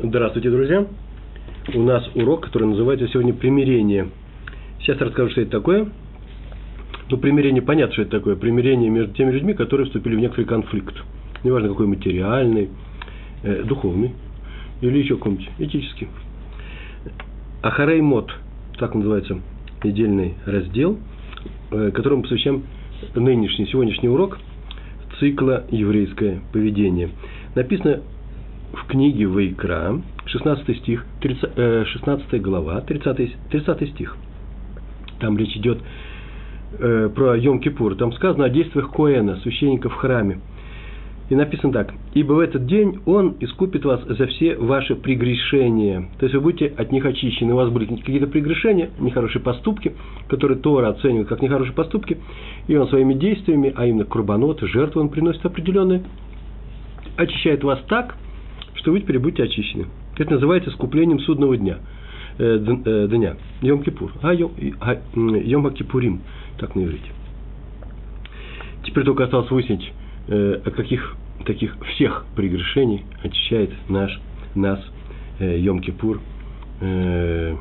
Здравствуйте, друзья! У нас урок, который называется сегодня «Примирение». Сейчас я расскажу, что это такое. Примирение, понятно, что это такое. Примирение между теми людьми, которые вступили в некоторый конфликт. Неважно, какой материальный, духовный или еще какой-нибудь этический. Ахарей мот, так называется недельный раздел, которому посвящаем сегодняшний урок цикла «Еврейское поведение». Написано в книге Ваикра, 16 стих, 16 глава, 30 стих. Там речь идет про Йом-Кипур. Там сказано о действиях Коэна, священника в храме. И написано так: «Ибо в этот день он искупит вас за все ваши прегрешения». То есть вы будете от них очищены. У вас были какие-то прегрешения, нехорошие поступки, которые Тора оценивает как нехорошие поступки. И он своими действиями, а именно курбанот, жертвы он приносит определенные, очищает вас так, что вы теперь будете очищены. Это называется искуплением судного дня. Йом-Кипур. Йом-Кипурим, так на иврите. Теперь только осталось выяснить, от каких таких всех прегрешений очищает нас Йом-Кипур в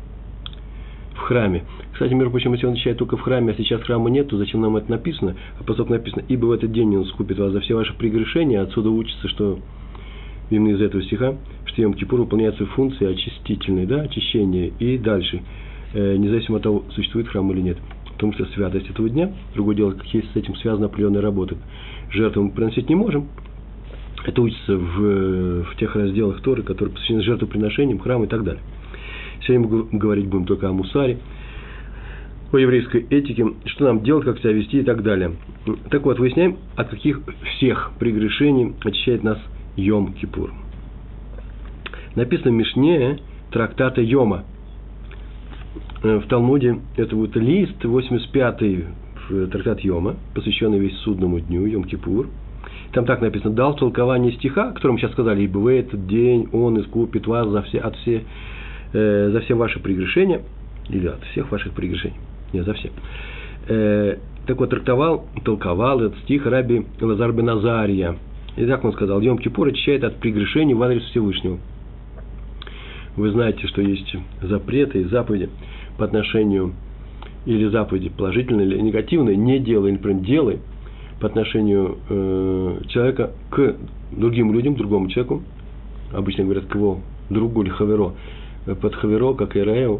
храме. Кстати, между прочим, если он очищает только в храме, а сейчас храма нет, то зачем нам это написано? А поскольку написано: «Ибо в этот день он искупит вас за все ваши прегрешения», отсюда учится, что именно из этого стиха, что Йом-Кипур выполняет свои функции очистительные, очищения, и дальше, независимо от того, существует храм или нет. В том, что святость этого дня, другое дело, какие с этим связаны определенные работы. Жертву мы приносить не можем. Это учится в тех разделах Торы, которые посвящены жертвоприношениям, храму и так далее. Сегодня мы говорить будем только о мусаре, о еврейской этике, что нам делать, как себя вести и так далее. Так вот, выясняем, от каких всех прегрешений очищает нас Йом-Кипур. Написано в Мишне трактата Йома. В Талмуде это будет лист 85-й трактат Йома, посвященный весь судному дню, Йом-Кипур. Там так написано: «Дал толкование стиха», о котором мы сейчас сказали: «Ибо в этот день он искупит вас за все ваши прегрешения», или от всех ваших прегрешений, не за все. Так вот, толковал этот стих раби Элазар бен Азария. И так он сказал: Йом-Кипур очищает от прегрешений в адрес Всевышнего. Вы знаете, что есть запреты и заповеди по отношению, или заповеди положительные или негативные, не делай, например, делай, по отношению человека к другим людям, другому человеку. Обычно говорят к его другу или хаверо. Под хаверо, как и раэу,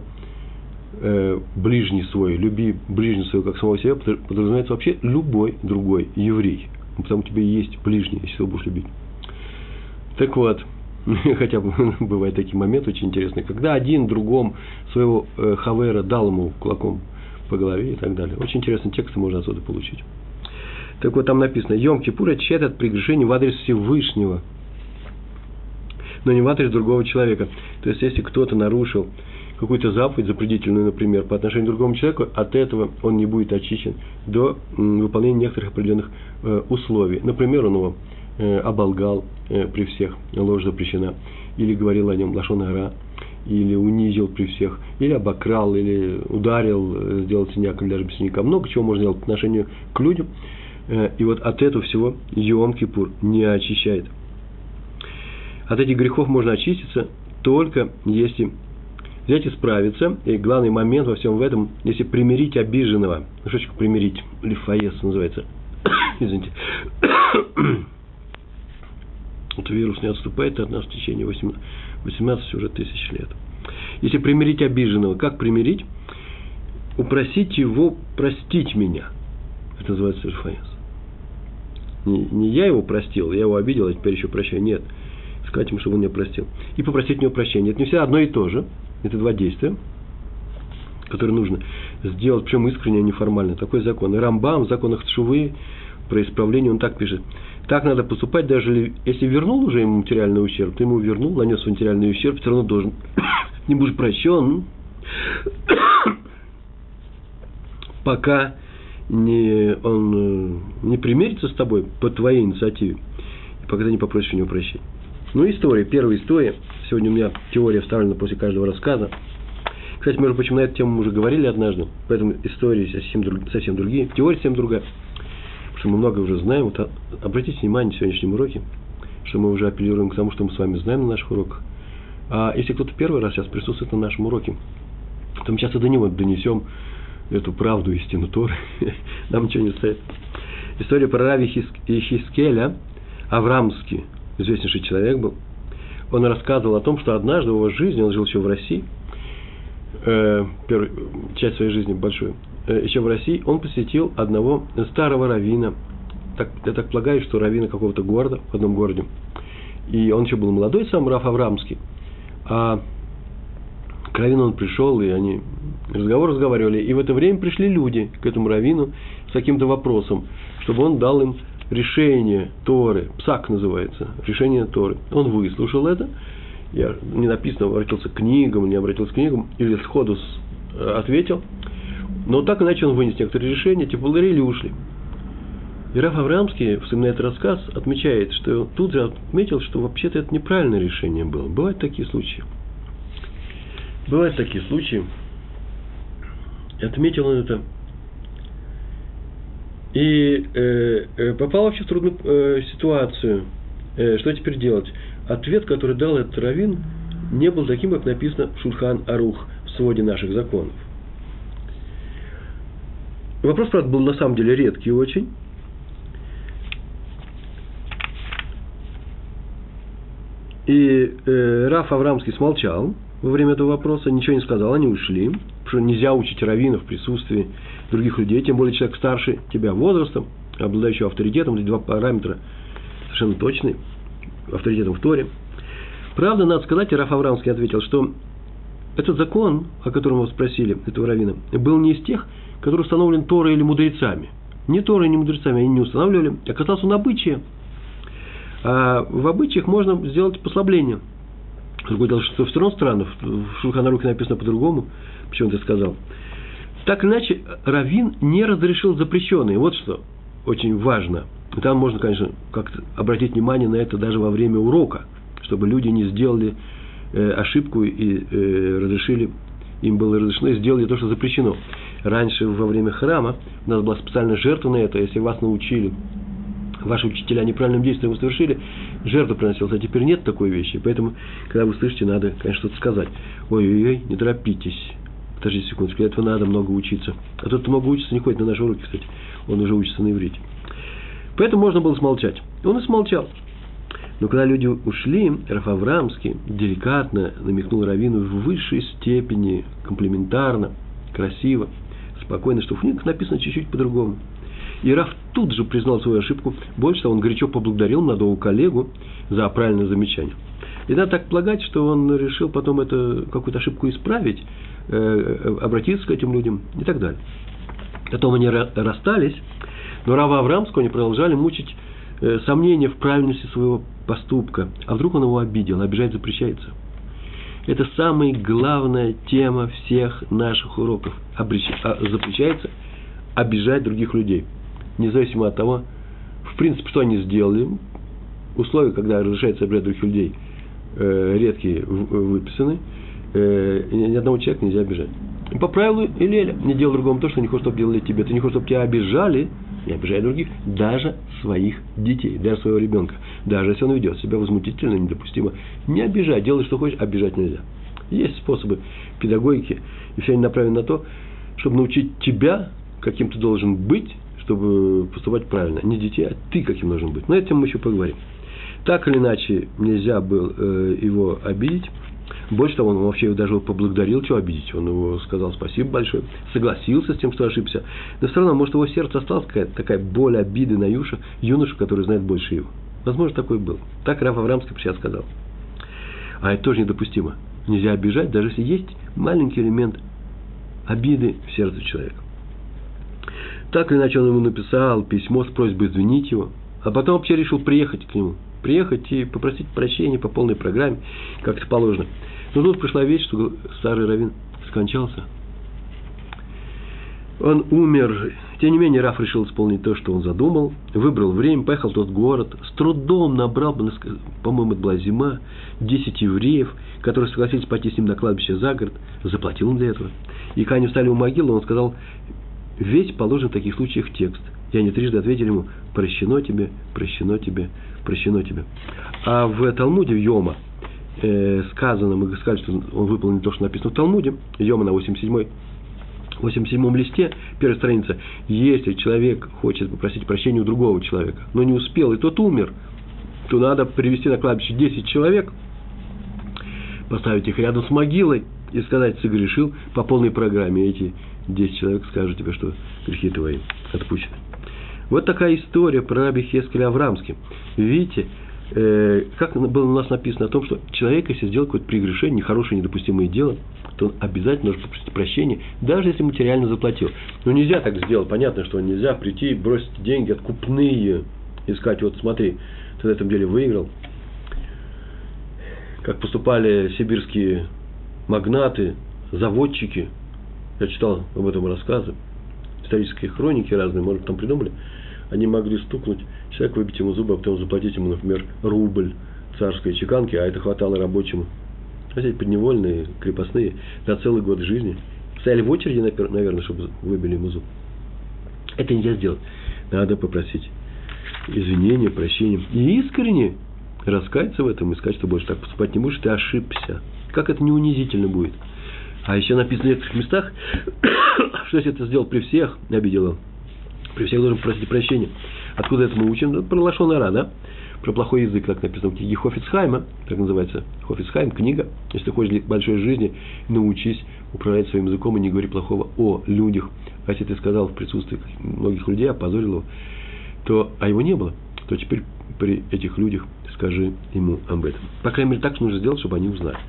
ближний свой, люби ближнего своего как самого себя, подразумевается вообще любой другой еврей. Потому что у тебя есть ближний, если его будешь любить. Так вот, хотя бы бывают такие моменты очень интересные, когда один другому своего хавера дал ему кулаком по голове и так далее. Очень интересные тексты можно отсюда получить. Так вот, там написано: Йом-Кипур очищает от прегрешений в адрес Всевышнего, но не в адрес другого человека. То есть, если кто-то нарушил какую-то заповедь запретительную, например, по отношению к другому человеку, от этого он не будет очищен до выполнения некоторых определенных условий. Например, он его оболгал при всех, ложь запрещена, или говорил о нем лашон ара, или унизил при всех, или обокрал, или ударил, сделал синяк или даже без синяка. Много чего можно делать по отношению к людям. И вот от этого всего Йом-Кипур не очищает. От этих грехов можно очиститься только если взять и справиться. И главный момент во всем в этом, если примирить обиженного. Ну, что такое примирить? Лифаес называется. Извините. Вот вирус не отступает от нас в течение 18 уже тысяч лет. Если примирить обиженного, как примирить? Упросить его простить меня. Это называется лифаес. Не я его простил, я его обидел, а теперь еще прощаю. Нет. Сказать ему, чтобы он меня простил. И попросить у него прощения. Это не всегда одно и то же. Это два действия, которые нужно сделать, причем искренне, а не формально. Такой закон. И Рамбам в законах Тшувы про исправление, он так пишет: так надо поступать, даже если вернул уже ему материальный ущерб, ты ему вернул, нанес материальный ущерб, все равно должен не будешь прощен, пока он не примирится с тобой по твоей инициативе, и пока ты не попросишь у него прощения. Ну, история, первая история. Сегодня у меня теория вставлена после каждого рассказа. Кстати, между прочим, на эту тему мы уже говорили однажды, поэтому истории совсем другие, теория совсем другая. Потому что мы много уже знаем. Вот обратите внимание на сегодняшнем уроке, что мы уже апеллируем к тому, что мы с вами знаем на наших уроках. А если кто-то первый раз сейчас присутствует на нашем уроке, то мы часто до него донесем эту правду, истину Торы. Нам ничего не стоит. История про рави Йехескеля, авраамский, известнейший человек был. Он рассказывал о том, что однажды в его жизни, он жил еще в России, первую часть своей жизни большую, еще в России, он посетил одного старого раввина. Я так полагаю, что раввина какого-то города, в одном городе. И он еще был молодой, сам рав Авраамский. А к раввину он пришел, и они разговаривали. И в это время пришли люди к этому раввину с каким-то вопросом, чтобы он дал им решение Торы. Псак называется, решение Торы. Он выслушал это. Не написано, обратился к книгам, не обратился к книгам, или сходу ответил. Но так иначе он вынес некоторые решения, те поблагодарили и ушли. И рав Авраамский, вспоминая этот рассказ, отмечает, что тут же отметил, что вообще-то это неправильное решение было. Бывают такие случаи. Отметил он это. И попал вообще в трудную ситуацию. Что теперь делать? Ответ, который дал этот раввин, не был таким, как написано в Шульхан Арух, в своде наших законов. Вопрос, правда, был на самом деле редкий очень. И рав Авраамский смолчал во время этого вопроса, ничего не сказал, они ушли. Потому что нельзя учить раввинов в присутствии других людей, тем более человек старше тебя возрастом, обладающий авторитетом, эти два параметра совершенно точные, авторитетом в Торе. Правда, надо сказать, и рав Авраамский ответил, что этот закон, о котором вы спросили, этого раввина, был не из тех, который установлен Торой или мудрецами. Ни Торой, ни мудрецами они не устанавливали, а касался он обычая. А в обычаях можно сделать послабление. Другое дело, что все равно странно, в Шульхан Арухе написано по-другому, почему ты сказал. Так или иначе, раввин не разрешил запрещенные. Вот что очень важно. Там можно, конечно, как-то обратить внимание на это даже во время урока, чтобы люди не сделали ошибку и им было разрешено, и сделали то, что запрещено. Раньше, во время храма, у нас была специальная жертва на это. Если вас научили, ваши учителя неправильным действием вы совершили, жертва приносилась, а теперь нет такой вещи. Поэтому, когда вы слышите, надо, конечно, что-то сказать. Ой-ой-ой, не торопитесь. Подождите секундочку, для этого надо много учиться. А тот, кто много учится, не ходит на наши уроки, кстати. Он уже учится на иврите. Поэтому можно было смолчать. Он и смолчал. Но когда люди ушли, рав Авраамский деликатно намекнул раввину в высшей степени, комплиментарно, красиво, спокойно, что в книгах написано чуть-чуть по-другому. И рав тут же признал свою ошибку. Больше того, он горячо поблагодарил молодого коллегу за правильное замечание. И надо так полагать, что он решил потом какую-то ошибку исправить, обратиться к этим людям и так далее. Потом они расстались, но рава Авраамского они продолжали мучить сомнения в правильности своего поступка. А вдруг он его обидел? Обижать запрещается. Это самая главная тема всех наших уроков. Запрещается обижать других людей. Независимо от того, в принципе, что они сделали. Условия, когда разрешается обижать других людей, редкие выписаны. Ни одного человека нельзя обижать. И по правилу Илеля, не делай другому то, что не хочешь, чтобы делали тебе. Ты не хочешь, чтобы тебя обижали, не обижай других, даже своих детей, даже своего ребенка. Даже если он ведет себя возмутительно, недопустимо. Не обижай, делай, что хочешь, обижать нельзя. Есть способы педагогики, и все они направлены на то, чтобы научить тебя, каким ты должен быть, чтобы поступать правильно. Не детей, а ты каким должен быть. Но этим мы еще поговорим. Так или иначе, нельзя было его обидеть. Больше того, он вообще даже его поблагодарил, что обидеть. Он его сказал спасибо большое, согласился с тем, что ошибся. Но все равно, может, в его сердце осталась какая-то такая боль, обиды на юношу, который знает больше его. Возможно, такой был. Так рав Авраамский сейчас сказал. А это тоже недопустимо. Нельзя обижать, даже если есть маленький элемент обиды в сердце человека. Так или иначе, он ему написал письмо с просьбой извинить его. А потом вообще решил приехать к нему. Приехать и попросить прощения по полной программе, как это положено. Но тут пришла весть, что старый раввин скончался. Он умер. Тем не менее, рав решил исполнить то, что он задумал. Выбрал время, поехал в тот город. С трудом набрал, по-моему, это была зима, 10 евреев, которые согласились пойти с ним на кладбище за город. Заплатил он для этого. И когда они встали у могилы, он сказал, весь положен в таких случаях текст. И они трижды ответили ему, прощено тебе, прощено тебе, прощено тебе. А в Талмуде, в Йома, сказано, мы сказали, что он выполнил то, что написано в Талмуде, идем на 87-м листе, первая страница. Если человек хочет попросить прощения у другого человека, но не успел, и тот умер, то надо привести на кладбище 10 человек, поставить их рядом с могилой и сказать: согрешил по полной программе. Эти 10 человек скажут тебе, что грехи твои отпущены. Вот такая история про раби Хескеля Аврамски. Видите, как было у нас написано о том, что человек, если сделал какое-то прегрешение, нехорошее, недопустимое дело, то он обязательно должен попросить прощения, даже если материально заплатил. Но нельзя так сделать. Понятно, что нельзя прийти, бросить деньги откупные и сказать: вот смотри, ты на этом деле выиграл. Как поступали сибирские магнаты, заводчики. Я читал об этом рассказы, исторические хроники разные, может, там придумали. Они могли стукнуть человеку, выбить ему зубы, а потом заплатить ему, например, рубль царской чеканки, а это хватало рабочему. Эти подневольные, крепостные, на целый год жизни. Стояли в очереди, наверное, чтобы выбили ему зуб. Это нельзя сделать. Надо попросить извинения, прощения. И искренне раскаяться в этом и сказать, что больше так поступать не будешь, ты ошибся. Как это не унизительно будет. А еще написано в некоторых местах, что если это сделал при всех, обидел он, при всех должен просить прощения. Откуда это мы учим? Про лашон ара, да? Про плохой язык, так написано в книге Хофец Хайма, так называется Хофец Хайм, книга. Если ты хочешь большой жизни, научись управлять своим языком и не говори плохого о людях. А если ты сказал в присутствии многих людей, опозорил его, то, а его не было, то теперь при этих людях скажи ему об этом. По крайней мере, так нужно сделать, чтобы они узнали.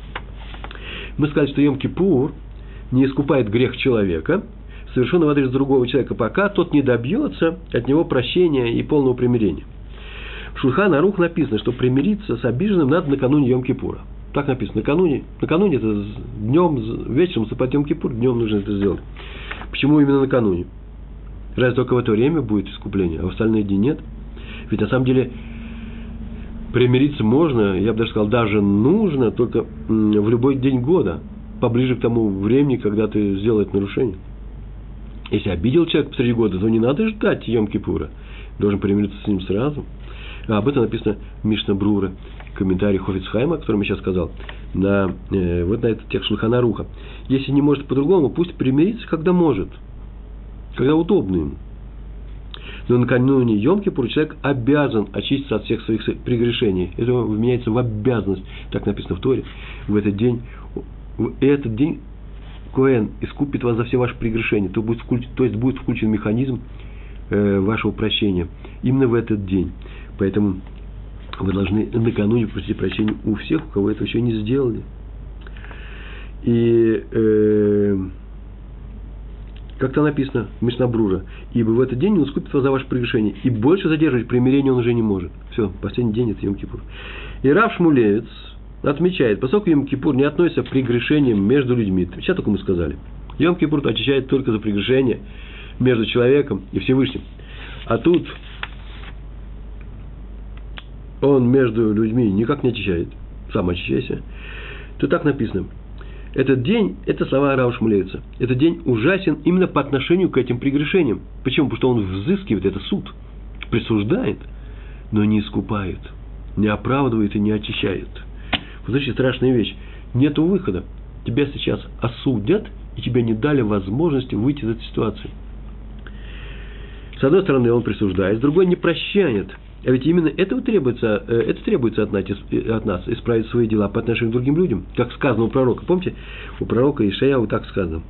Мы сказали, что Йом-Кипур не искупает грех человека, совершенный в адрес другого человека, пока тот не добьется от него прощения и полного примирения. В Шульхан Арух написано, что примириться с обиженным надо накануне Йом-Кипура. Так написано, накануне это днем, вечером наступает Йом-Кипур, днем нужно это сделать. Почему именно накануне? Разве только в это время будет искупление, а в остальные дни нет? Ведь на самом деле примириться можно, я бы даже сказал, даже нужно, только в любой день года, поближе к тому времени, когда ты сделал это нарушение. Если обидел человека посреди года, то не надо ждать Йом-Кипура. Должен примириться с ним сразу. А об этом написано в Мишна Брура, комментарий Хофец Хайма, о котором я сейчас сказал, вот на этот текст Шульхан Аруха. Если не может по-другому, пусть примирится, когда может, когда удобно ему. Но накануне Йом-Кипура человек обязан очиститься от всех своих прегрешений. Это вменяется в обязанность, так написано в Торе. В этот день Коэн искупит вас за все ваши прегрешения. То есть будет включен механизм вашего прощения именно в этот день. Поэтому вы должны накануне просить прощения у всех, у кого это еще не сделали. И как-то написано в Мишна Брура: ибо в этот день он искупит вас за ваше прегрешение, и больше задерживать примирение он уже не может. Все, последний день это Йом-Кипур. И Рав Шмулевец отмечает, поскольку Йом-Кипур не относится к прегрешениям между людьми. Сейчас только мы сказали. Йом-Кипур очищает только за прегрешение между человеком и Всевышним. А тут он между людьми никак не очищает. Сам очищайся. То так написано. Этот день, это слова Рава Шмулевица, этот день ужасен именно по отношению к этим прегрешениям. Почему? Потому что он взыскивает, это суд, присуждает, но не искупает, не оправдывает и не очищает. Вот значит, страшная вещь. Нету выхода. Тебя сейчас осудят, и тебе не дали возможности выйти из этой ситуации. С одной стороны, он присуждает, с другой не прощает. А ведь именно это требуется от нас, исправить свои дела по отношению к другим людям. Как сказано у пророка. Помните, у пророка Ишаяу так сказано.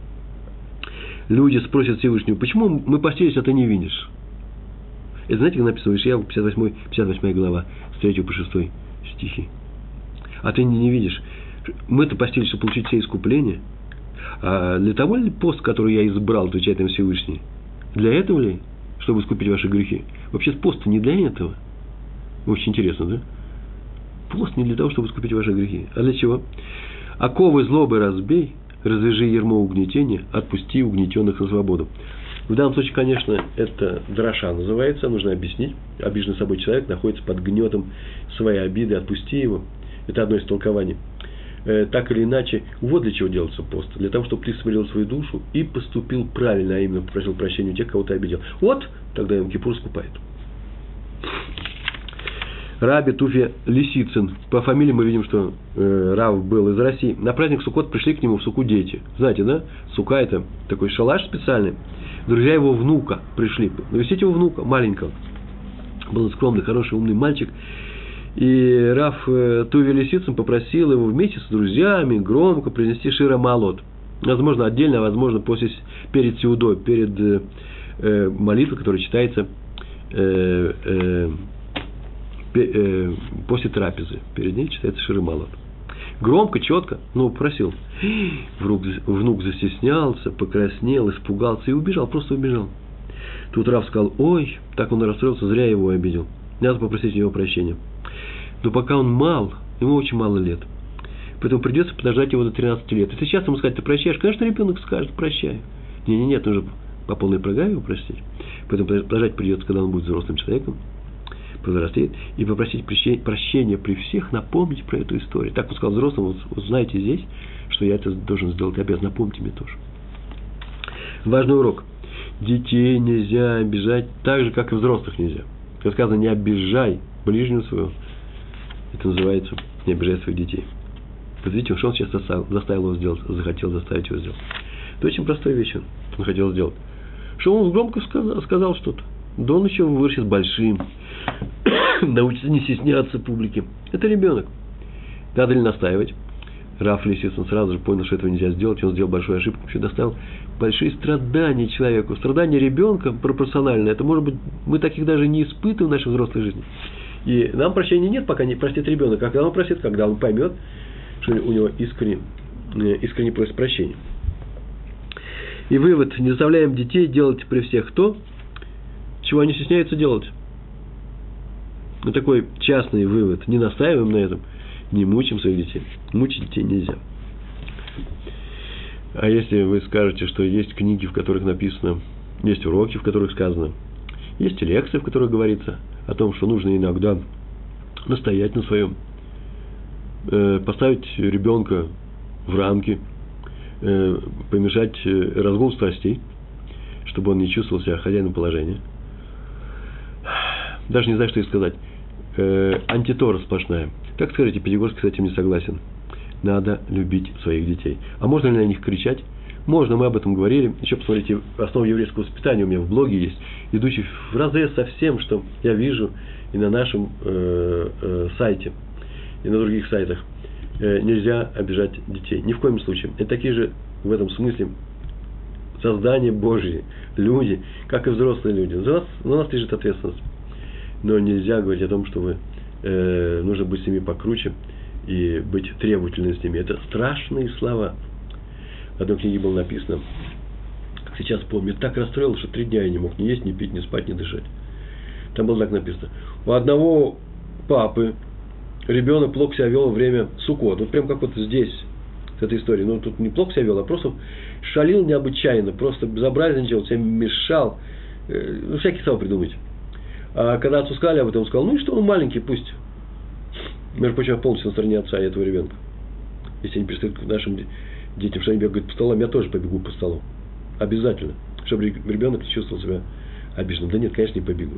Люди спросят Всевышнего: почему мы постились, а ты не видишь? Это знаете, как написано в Ишаяу 58 глава, с 3 по 6 стихи. А ты не видишь. Мы-то постились, чтобы получить все искупления. А для того ли пост, который я избрал, отвечает им Всевышний? Для этого ли? Чтобы искупить ваши грехи. Вообще пост не для этого. Очень интересно, да? Пост не для того, чтобы искупить ваши грехи. А для чего? Оковы злобы разбей, развяжи ярмо угнетения, отпусти угнетенных на свободу. В данном случае, конечно, это драша называется, нужно объяснить. Обиженный собой человек находится под гнетом своей обиды, отпусти его. Это одно из толкований. Так или иначе, вот для чего делается пост. Для того, чтобы ты смирил свою душу и поступил правильно, а именно попросил прощения у тех, кого ты обидел. Вот тогда Йом-Кипур искупает. Раби Туфия Лисицын. По фамилии мы видим, что Рав был из России. На праздник Суккот пришли к нему в Суку дети. Знаете, да? Сука – это такой шалаш специальный. Друзья его внука пришли. Навестить его внука, маленького. Был он скромный, хороший, умный мальчик. И Рав Туфия Лисицын попросил его вместе с друзьями громко произнести Шира Маалот. Возможно, отдельно, возможно, перед Сеудой, перед молитвой, которая читается после трапезы. Перед ней читается Шира Маалот. Громко, четко, но попросил. Внук застеснялся, покраснел, испугался и убежал, просто убежал. Тут Рав сказал: ой, так он расстроился, зря его обидел. Надо попросить у него прощения. Но пока он мал, ему очень мало лет. Поэтому придется подождать его до 13 лет. Если сейчас ему сказать: ты прощаешь, конечно, ребенок скажет: прощаю. Нет, нужно по полной программе его простить. Поэтому подождать придется, когда он будет взрослым человеком, повзрослеет, и попросить прощения при всех, напомнить про эту историю. Так он сказал взрослым: вот знаете здесь, что я это должен сделать, обязан, напомните мне тоже. Важный урок. Детей нельзя обижать так же, как и взрослых нельзя. Как сказано: не обижай ближнего своего. Это называется не обижай своих детей. Вот видите, что он сейчас заставил его сделать, захотел заставить его сделать. Это очень простая вещь он хотел сделать. Что он громко сказал что-то. Да он еще вырастет большим. Научится не стесняться публики. Это ребенок. Надо ли настаивать? Рав Лисицын сразу же понял, что этого нельзя сделать. Он сделал большую ошибку. Вообще доставил большие страдания человеку. Страдания ребенка пропорционально. Это, может быть, мы таких даже не испытываем в нашей взрослой жизни. И нам прощения нет, пока не простит ребенок. Когда он простит, когда он поймет, что у него искренне просит прощения. И вывод: не заставляем детей делать при всех то, чего они стесняются делать. Вот такой частный вывод. Не настаиваем на этом, не мучим своих детей. Мучить детей нельзя. А если вы скажете, что есть книги, в которых написано, есть уроки, в которых сказано, есть лекции, в которых говорится о том, что нужно иногда настоять на своем, поставить ребенка в рамки, помешать разгул страстей, чтобы он не чувствовал себя хозяином положения. Даже не знаю, что и сказать. Антитора сплошная. Как скажете, Пятигорский с этим не согласен. Надо любить своих детей. А можно ли на них кричать? Можно, мы об этом говорили. Еще посмотрите, основа еврейского воспитания у меня в блоге есть, идущий вразрез со всем, что я вижу и на нашем сайте, и на других сайтах. Нельзя обижать детей. Ни в коем случае. Это такие же в этом смысле создания Божьи, люди, как и взрослые люди. На нас лежит ответственность. Но нельзя говорить о том, что нужно быть с ними покруче и быть требовательным с ними. Это страшные слова. В одной книге было написано, как сейчас помню, так расстроился, что 3 дня я не мог ни есть, ни пить, ни спать, ни дышать. Там было так написано: у одного папы ребенок плохо себя вел во время Суккот. Вот прям как вот здесь, с этой историей. Ну, тут не плохо себя вел, а просто шалил необычайно, просто безобразничал, всем мешал. Всякие слова придумать. А когда отцу сказали об этом, он сказал: ну и что, он маленький, пусть. Между прочим, полностью на стороне отца и этого ребенка. Если они пристают к нашим детям, что они бегают по столам, я тоже побегу по столу. Обязательно. Чтобы ребенок не чувствовал себя обиженным. Да нет, конечно, не побегу.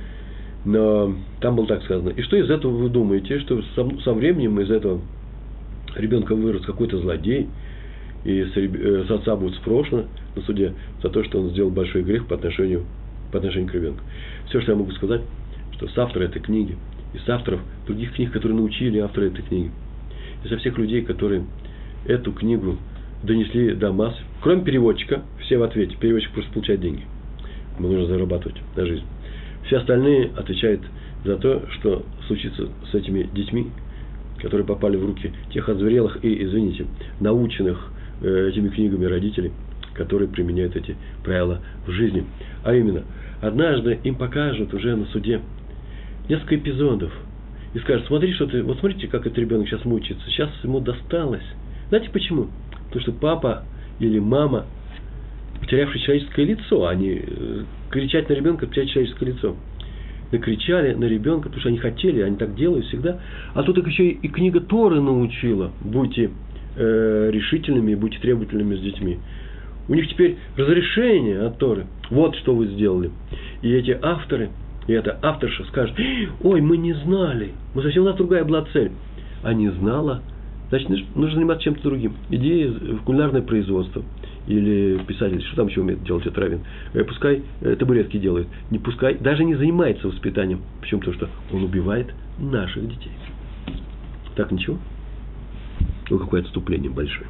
Но там было так сказано. И что из этого вы думаете? Что со временем из этого ребенка вырос какой-то злодей, и с отца будет спрошено на суде за то, что он сделал большой грех по отношению к ребенку. Все, что я могу сказать, что с автора этой книги, и с авторов других книг, которые научили автора этой книги, и со всех людей, которые эту книгу донесли до масс, кроме переводчика, все в ответе. Переводчик просто получает деньги. Ему нужно зарабатывать на жизнь. Все остальные отвечают за то, что случится с этими детьми, которые попали в руки тех озверелых и, извините, наученных этими книгами родителей, которые применяют эти правила в жизни. А именно, однажды им покажут уже на суде несколько эпизодов и скажут: смотри, вот смотрите, как этот ребенок сейчас мучается, сейчас ему досталось. Знаете почему? Потому что папа или мама, потерявший человеческое лицо, они кричать на ребенка, потерять человеческое лицо. Накричали на ребенка, потому что они хотели, они так делают всегда. А тут их еще и книга Торы научила: будьте решительными, будьте требовательными с детьми. У них теперь разрешение от Торы. Вот что вы сделали. И эти авторы И эта авторша скажет: ой, мы не знали, мы совсем у нас другая была цель. А не знала, значит, нужно заниматься чем-то другим. Иди в кулинарное производство. Или писатель, что там еще умеет делать этот раввин. Пускай табуретки делает. Не пускай, даже не занимается воспитанием. Почему? Потому что он убивает наших детей. Так, ничего? Ну, какое отступление большое.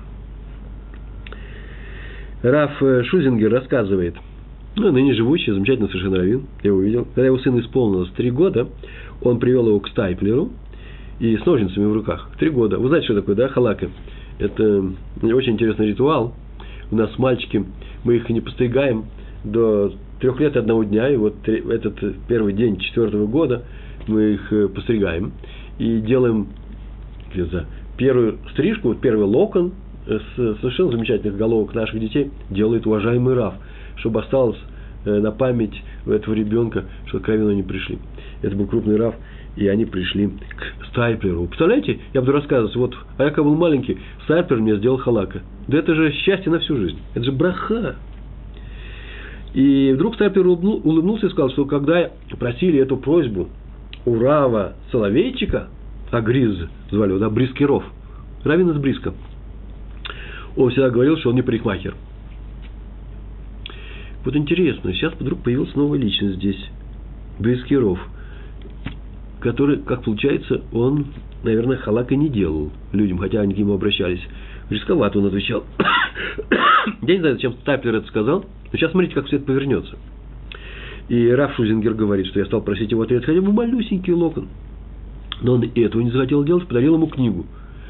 Раф Шузингер рассказывает, ныне живущий, замечательный совершенно раввин, я его видел, когда его сыну исполнилось 3 года, он привел его к стайплеру и с ножницами в руках. 3 года. Вы знаете, что такое, да, халака? Это очень интересный ритуал. У нас мальчики, мы их не постригаем до 3 лет и 1 дня, и вот этот первый день 4-го года мы их постригаем и делаем первую стрижку, вот первый локон с совершенно замечательных головок наших детей делает уважаемый Рав, чтобы осталось на память у этого ребенка, что к раввину они пришли. Это был крупный Рав, и они пришли к стайплеру. Представляете, я буду рассказывать, вот, а я когда был маленький, стайплер мне сделал халака. Да это же счастье на всю жизнь, это же браха. И вдруг стайплер улыбнулся и сказал, что когда просили эту просьбу у Рава Соловейчика, Агриз звали его, да, Брискиров, раввин из Бриска, он всегда говорил, что он не парикмахер. Вот интересно, сейчас вдруг появилась новая личность здесь, Брискиров, который, как получается, он, наверное, халака не делал людям, хотя они к нему обращались. Рисковато он отвечал. Я не знаю, зачем стайплер это сказал, но сейчас смотрите, как все это повернется. И Раф Шузингер говорит, что я стал просить его ответ хотя бы малюсенький локон. Но он и этого не захотел делать, подарил ему книгу.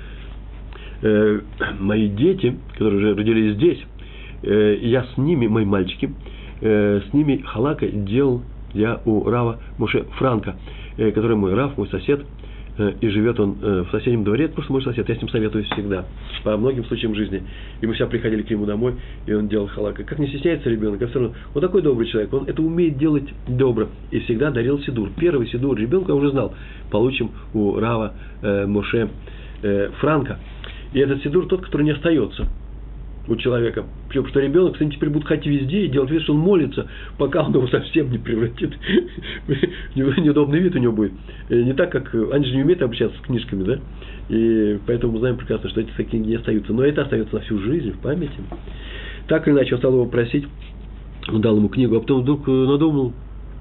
Мои дети, которые уже родились здесь, я с ними, мои мальчики, с ними халака делал я у Рава Моше Франка, который мой Рав, мой сосед, и живет он в соседнем дворе, это просто мой сосед, я с ним советуюсь всегда, по многим случаям жизни. И мы всегда приходили к нему домой, и он делал халака. Как не стесняется ребенок, а все равно, он такой добрый человек, он это умеет делать добро, и всегда дарил сидур. Первый сидур ребенка я уже знал, получим у Рава Моше Франка. И этот сидур тот, который не остается у человека. Потому что ребенок с ним теперь будет ходить везде и делать вид, что он молится, пока он его совсем не превратит. Неудобный вид у него будет. Не так, как... Они же не умеют обращаться с книжками, да? И поэтому мы знаем прекрасно, что эти книги не остаются. Но это остается на всю жизнь, в памяти. Так или иначе, он стал его просить. Он дал ему книгу, а потом вдруг надумал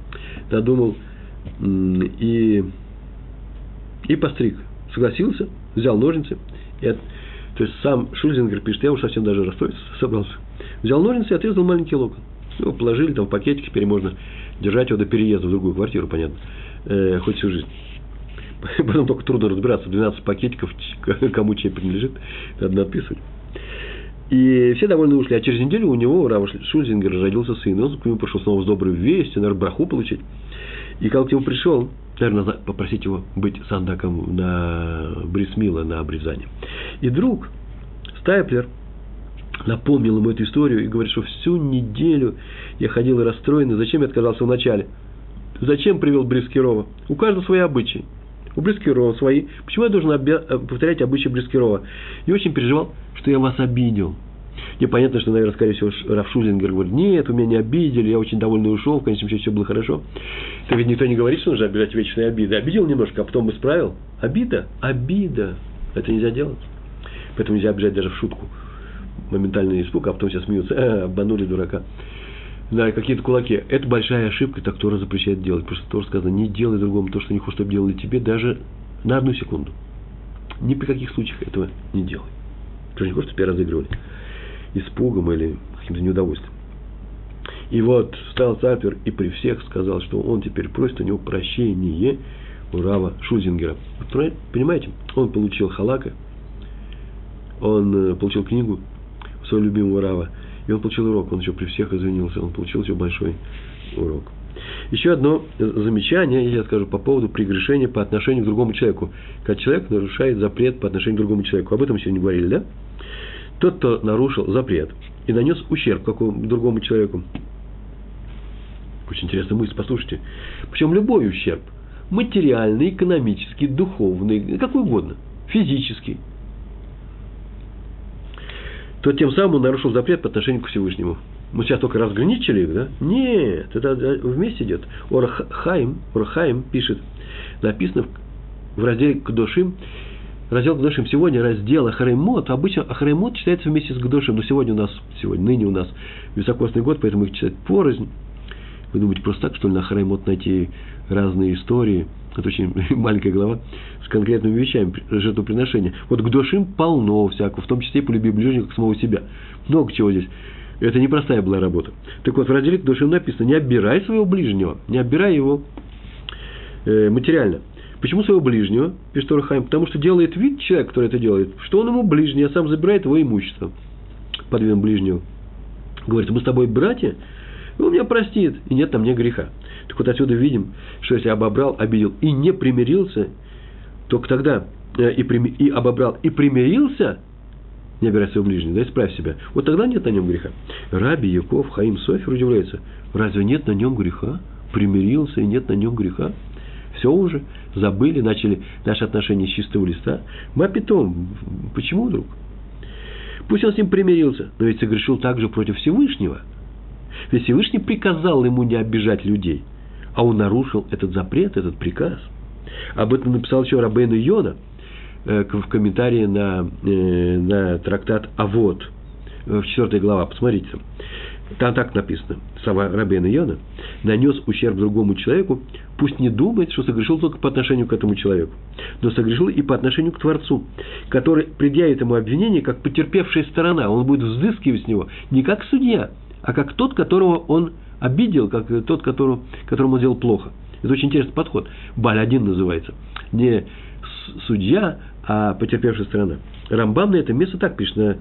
и постриг. Согласился, взял ножницы. То есть сам Шульзингер пишет, я уж совсем даже расстроиться собрался. Взял ножницы и отрезал маленький локон. Его положили там в пакетик, теперь можно держать его до переезда в другую квартиру, понятно, хоть всю жизнь. Потом только трудно разбираться, 12 пакетиков, кому чей принадлежит, надо надписывать. И все довольно ушли. А через неделю у него, у Рава Шульзингера, родился сын. И он к нему пришел снова с доброй вестью, наверное, браху получить. И когда к нему пришел, наверное, надо попросить его быть сандаком на брис-мила, на обрезание. И друг Стайплер напомнил ему эту историю и говорит, что всю неделю я ходил и расстроенный. Зачем я отказался вначале? Зачем привел Брискирова? У каждого свои обычаи. У Брискирова свои. Почему я должен повторять обычаи Брискирова? И очень переживал, что я вас обидел. Непонятно, что, наверное, скорее всего, Раф Шузингер говорит, нет, вы меня не обидели, я очень довольный ушел, в конечном счете все было хорошо. Так ведь никто не говорит, что нужно обижать вечные обиды. Обидел немножко, а потом исправил. Обида. Это нельзя делать. Поэтому нельзя обижать даже в шутку. Моментальный испуг, а потом все смеются. Обманули дурака. Да, какие-то кулаки. Это большая ошибка, так Тора запрещает делать. Просто тоже сказано, не делай другому то, что не хочешь, чтобы делали тебе, даже на 1 секунду. Ни при каких случаях этого не делай. Ты же не хочешь, чтобы тебя разыгрывали испугом или каким-то неудовольствием. И вот встал Стайплер и при всех сказал, что он теперь просит у него прощение у Рава Шузингера. Вы понимаете? Он получил халака, он получил книгу своего любимого Рава, и он получил урок. Он еще при всех извинился, он получил еще большой урок. Еще одно замечание, я скажу, по поводу прегрешения по отношению к другому человеку. Когда человек нарушает запрет по отношению к другому человеку. Об этом сегодня говорили, да? Тот, кто нарушил запрет и нанес ущерб какому другому человеку. Очень интересная мысль, послушайте. Причем любой ущерб. Материальный, экономический, духовный, какой угодно. Физический. То тем самым он нарушил запрет по отношению к Всевышнему. Мы сейчас только разграничили их, да? Нет, это вместе идет. Ор Хаим пишет, написано в разделе Кдошим, раздел Кдошим. Сегодня раздел Ахаремот. Обычно Ахаремот читается вместе с Кдошим, но ныне у нас високосный год, поэтому их читают порознь. Вы думаете, просто так, что ли, на Ахаремот найти разные истории? Это очень маленькая глава с конкретными вещами жертвоприношения. Вот Кдошим полно всякого, в том числе и полюби ближнего, как самого себя. Много чего здесь. Это непростая была работа. Так вот, в разделе Кдошим написано: не оббирай своего ближнего, не оббирай его материально. Почему своего ближнего, пишет Ор Хаим? Потому что делает вид человек, который это делает, что он ему ближний, а сам забирает его имущество под видом ближнего. Говорит: мы с тобой братья, и он меня простит, и нет на мне греха. Так вот, отсюда видим, что если обобрал, обидел и не примирился, только тогда и обобрал, и примирился, не обирай своего ближнего, да, исправь себя, вот тогда нет на нем греха. Раби Яков Хаим Софер удивляется: разве нет на нем греха? Примирился, и нет на нем греха? Все уже, забыли, начали наши отношения с чистого листа. Мапитом, почему вдруг? Пусть он с ним примирился, но ведь согрешил также против Всевышнего. Ведь Всевышний приказал ему не обижать людей, а он нарушил этот запрет, этот приказ. Об этом написал еще Рабейну Йона в комментарии на трактат Авот, в 4 глава. Посмотрите, там так написано. Слова Рабейну Йона: нанес ущерб другому человеку, пусть не думает, что согрешил только по отношению к этому человеку, но согрешил и по отношению к Творцу, который предъявит ему обвинение как потерпевшая сторона. Он будет взыскивать с него не как судья, а как тот, которого он обидел, как тот, которому он сделал плохо. Это очень интересный подход. Баль-1 называется. Не судья, а потерпевшая сторона. Рамбам на это место так пишет: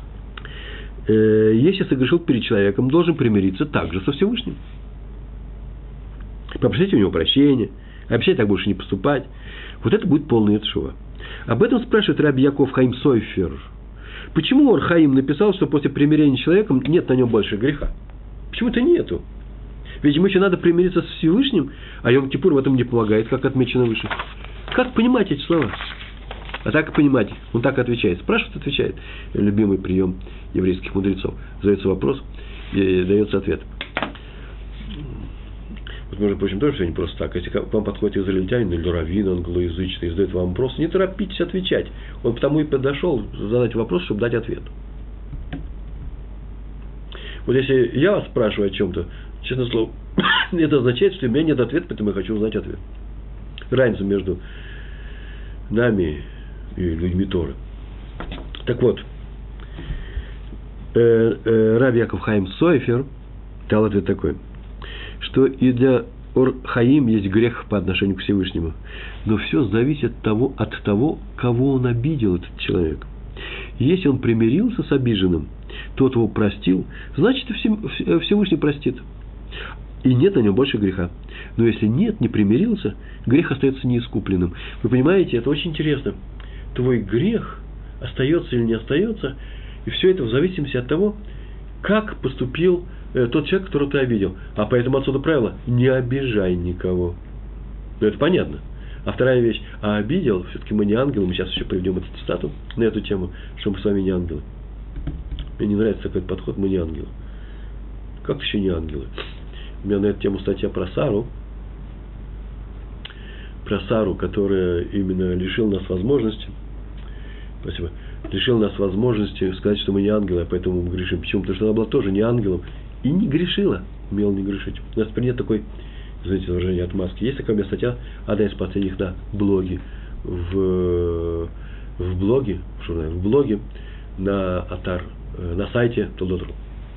если согрешил перед человеком, должен примириться также со Всевышним. Попросить у него прощения, обещать так больше не поступать. Вот это будет полная тшува. Об этом спрашивает Раби Яков Хаим Сойфер. Почему Ор Хаим написал, что после примирения с человеком нет на нем больше греха? Почему-то нету. Ведь ему еще надо примириться с Всевышним, а Йом-Кипур в этом не помогает, как отмечено выше. Как понимать эти слова? А так и понимать. Он так отвечает. Спрашивает, отвечает. Любимый прием еврейских мудрецов. Задается вопрос и дается ответ. Вот, между прочим, тоже все не просто так. Если к вам подходит израильтянин или раввин англоязычный и задает вам вопрос, не торопитесь отвечать. Он потому и подошел задать вопрос, чтобы дать ответ. Вот если я вас спрашиваю о чем-то, честное слово, это означает, что у меня нет ответа, поэтому я хочу узнать ответ. Разница между нами и людьми Торы. Так вот, Раби Яков Хаим Сойфер дал ответ такой, что и для Ор Хаим есть грех по отношению к Всевышнему. Но все зависит от того, кого он обидел, этот человек. Если он примирился с обиженным, тот его простил, значит, Всевышний простит. И нет на нем больше греха. Но если нет, не примирился, грех остается неискупленным. Вы понимаете, это очень интересно. Твой грех остается или не остается, и все это в зависимости от того, как поступил тот человек, которого ты обидел. А поэтому отсюда правило: не обижай никого. Ну, это понятно. А вторая вещь: а обидел, все-таки мы не ангелы. Мы сейчас еще приведем эту цитату на эту тему, что мы с вами не ангелы. Мне не нравится такой подход: мы не ангелы. Как еще не ангелы? У меня на эту тему статья про Сару, которая именно лишил нас возможности, сказать, что мы не ангелы, а поэтому мы грешим. Почему? Потому что она была тоже не ангелом и не грешила, умела не грешить. У нас принят такой, извините, выражение отмазки. Есть такая у меня статья, одна из последних на блоге, в блоге на Атар, на сайте Толдот.ру.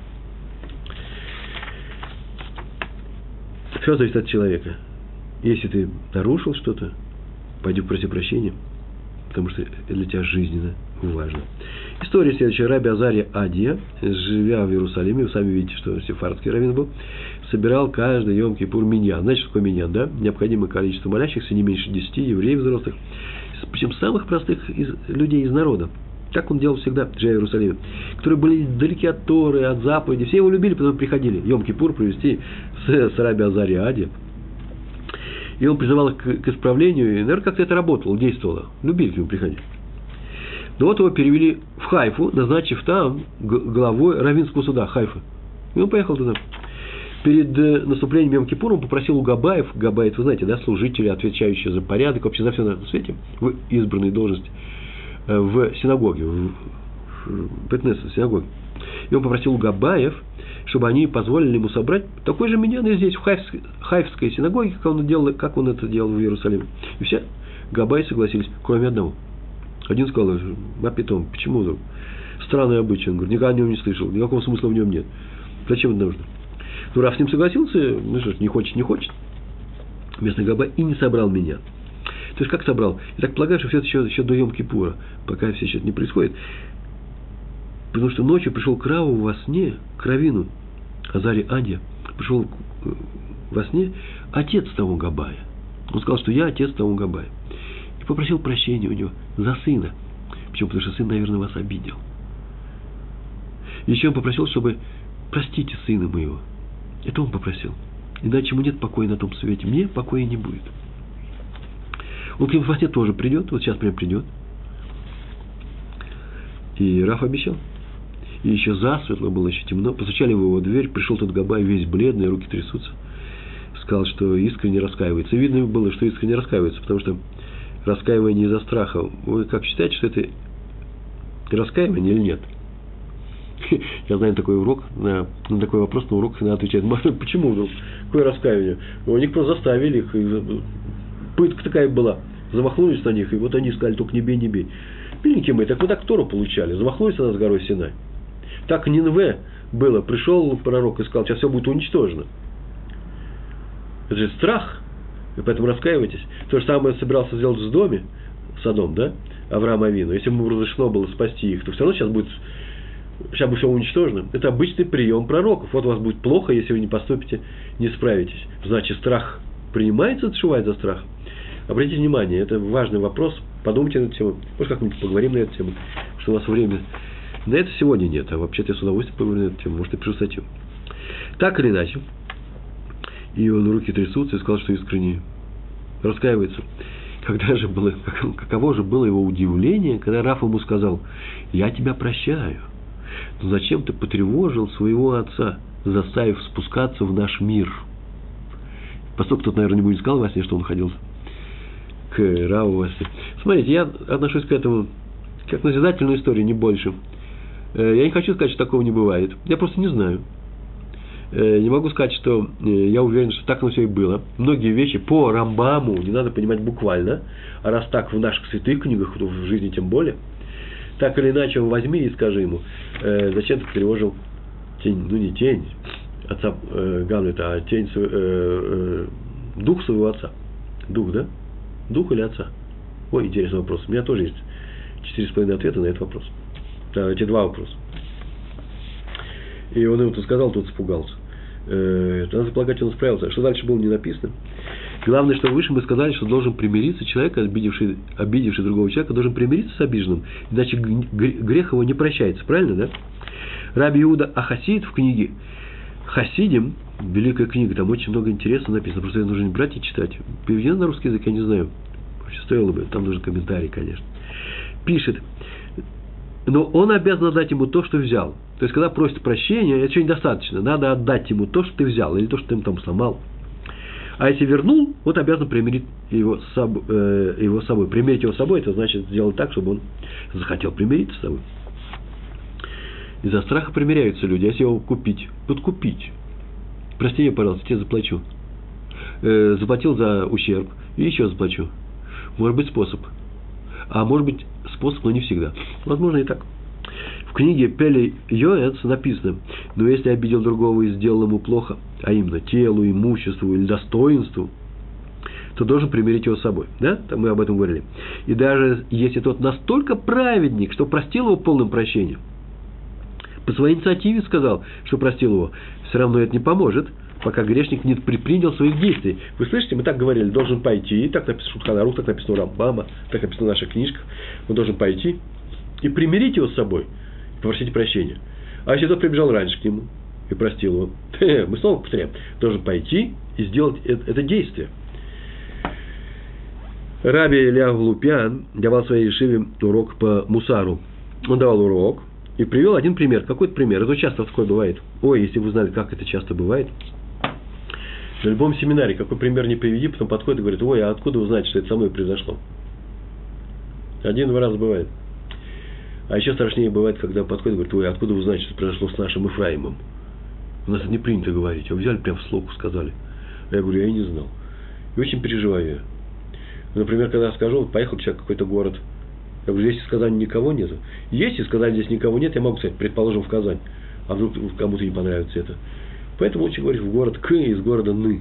Все зависит от человека. Если ты нарушил что-то, пойди проси прощения, потому что это для тебя жизненно важно. История следующая. Раби Азария Адия, живя в Иерусалиме, вы сами видите, что сефардский раввин был, собирал каждый Йом-Кипур миньян. Знаете, что такое миньян, да? Необходимое количество молящихся, не меньше 10 евреев взрослых, причем самых простых людей из народа. Так он делал всегда, живя в Иерусалиме, которые были далеки от Торы, от заповедей. Все его любили, потом приходили Йом-Кипур провести с Раби Азария Адия. И он призывал их к исправлению, и, наверное, как-то это работало, действовало. Любили к нему приходить. Но вот его перевели в Хайфу, назначив там главой раввинского суда Хайфа. И он поехал туда. Перед наступлением Йом-Кипура он попросил у Габаев, Габаи, вы знаете, да, служители, отвечающие за порядок, вообще за все на свете, в избранной должности, в синагоге, в Бет-Кнесет, в синагоге. И он попросил у Габаев, чтобы они позволили ему собрать такой же миньян и здесь, в Хайфской синагоге, как он это делал в Иерусалиме. И все Габаи согласились, кроме одного. Один сказал: а питом, почему? Странный обычай. Он говорит: никогда о нем не слышал, никакого смысла в нем нет. Зачем это нужно? Ну, раз с ним согласился, ну что ж, не хочет. Местный Габай и не собрал меня. То есть, как собрал? Я так полагаю, что все это еще до Йом-Кипура, пока все это не происходит. Потому что ночью пришел к Раву во сне, к раввину Азари Адья, пришел во сне отец того Габая. Он сказал, что я отец того Габая. И попросил прощения у него за сына. Почему? Потому что сын, наверное, вас обидел. Еще он попросил, чтобы простите сына моего. Это он попросил. Иначе ему нет покоя на том свете. Мне покоя не будет. Он к нему во сне тоже придет. Вот сейчас прям придет. И Рав обещал. И еще засветло было, еще темно. Постучали в его дверь. Пришел тот Габай, весь бледный, руки трясутся. Сказал, что искренне раскаивается. И видно было, что искренне раскаивается. Потому что раскаивание из-за страха. Вы как считаете, что это раскаивание или нет? Я знаю такой урок, на такой вопрос на уроках надо отвечать. Почему? Какое раскаяние? У них просто заставили их. Пытка такая была. Замахнулись на них, и вот они сказали: только не бей, не бей. Миленькие мои, так вы так Тору получали. Замахнулись на нас горой Синай. Так Нинве было. Пришел пророк и сказал: сейчас все будет уничтожено. Это же страх. И поэтому раскаивайтесь. То же самое собирался сделать в доме, Содом, да? Авраам Авину. Если бы ему разрешено было спасти их, то все равно сейчас будет все уничтожено. Это обычный прием пророков. Вот у вас будет плохо, если вы не поступите, не справитесь. Значит, страх принимается, отшивает за страх. Обратите внимание, это важный вопрос. Подумайте на эту тему. Может, как-нибудь поговорим на эту тему. Что у вас время на это сегодня нет. А вообще-то я с удовольствием поговорю на эту тему. Может, я пишу статью. Так или иначе. И он руки трясутся и сказал, что искренне раскаивается. Каково же было его удивление, когда Рав ему сказал: я тебя прощаю. Но зачем ты потревожил своего отца, заставив спускаться в наш мир? Поскольку кто-то, наверное, не будет сказал во сне, что он ходил к Раву во сне. Смотрите, я отношусь к этому как к назидательной истории, не больше. Я не хочу сказать, что такого не бывает. Я просто не знаю. Не могу сказать, что я уверен, что так оно все и было. Многие вещи по Рамбаму не надо понимать буквально. А раз так в наших святых книгах, то в жизни тем более. Так или иначе, возьми и скажи ему: зачем ты потревожил тень, ну не тень отца Гамлета, а тень, дух своего отца. Дух, да? Дух или отца? Ой, интересный вопрос. У меня тоже есть 4,5 ответа на этот вопрос. Эти два вопроса. И он ему тут сказал, тот испугался. Надо полагать, он справился. Что дальше было не написано. Главное, что выше мы сказали, что должен примириться человек, обидевший другого человека, должен примириться с обиженным, иначе грех его не прощается. Правильно, да? Раби Иуда а-Хасид в книге Хасидим, великая книга, там очень много интересного написано, просто ее нужно брать и читать. Переведено на русский язык, я не знаю. Вообще стоило бы, там нужен комментарий, конечно. Пишет: но он обязан отдать ему то, что взял. То есть, когда просит прощения, это еще недостаточно. Надо отдать ему то, что ты взял, или то, что ты ему там сломал. А если вернул, вот обязан примирить его с собой. Примирить его с собой, это значит сделать так, чтобы он захотел примириться с собой. Из-за страха примиряются люди. А если его купить? Подкупить. Прости меня, пожалуйста, тебе заплачу. Заплатил за ущерб, и еще заплачу. Может быть, способ. А может быть, способ, но не всегда. Возможно, и так. В книге Пели Йоэц написано: но если обидел другого и сделал ему плохо, а именно телу, имуществу или достоинству, то должен примирить его с собой. Да? Мы об этом говорили. И даже если тот настолько праведник, что простил его полным прощением, по своей инициативе сказал, что простил его, все равно это не поможет, пока грешник не предпринял своих действий. Вы слышите, мы так говорили: должен пойти, так написано в Шулхан Арух, так написано у Рамбама, так написано в наших книжках, он должен пойти и примирить его с собой, и попросить прощения. А если тот прибежал раньше к нему и простил его, мы снова повторяем: должен пойти и сделать это действие. Раби Илья Лупян давал своей ешиве урок по мусару. Он давал урок, И привел один пример. Какой-то пример. Это часто такое бывает. Ой, если вы знали, как это часто бывает. На любом семинаре, какой пример не приведи, потом подходит и говорит: ой, а откуда вы знаете, что это со мной произошло? Один-два раза бывает. А еще страшнее бывает, когда подходит и говорит: ой, а откуда вы знаете, что это произошло с нашим Ефраимом? У нас это не принято говорить. А взяли прям вслух сказали. А я говорю: я и не знал. И очень переживаю я. Например, когда я скажу: вот поехал человек в какой-то город. Я говорю: здесь в Казани никого нету. Если сказать, здесь никого нет, я могу сказать, предположим, в Казань. А вдруг кому-то не понравится это. Поэтому лучше говорить в город К из города Ны.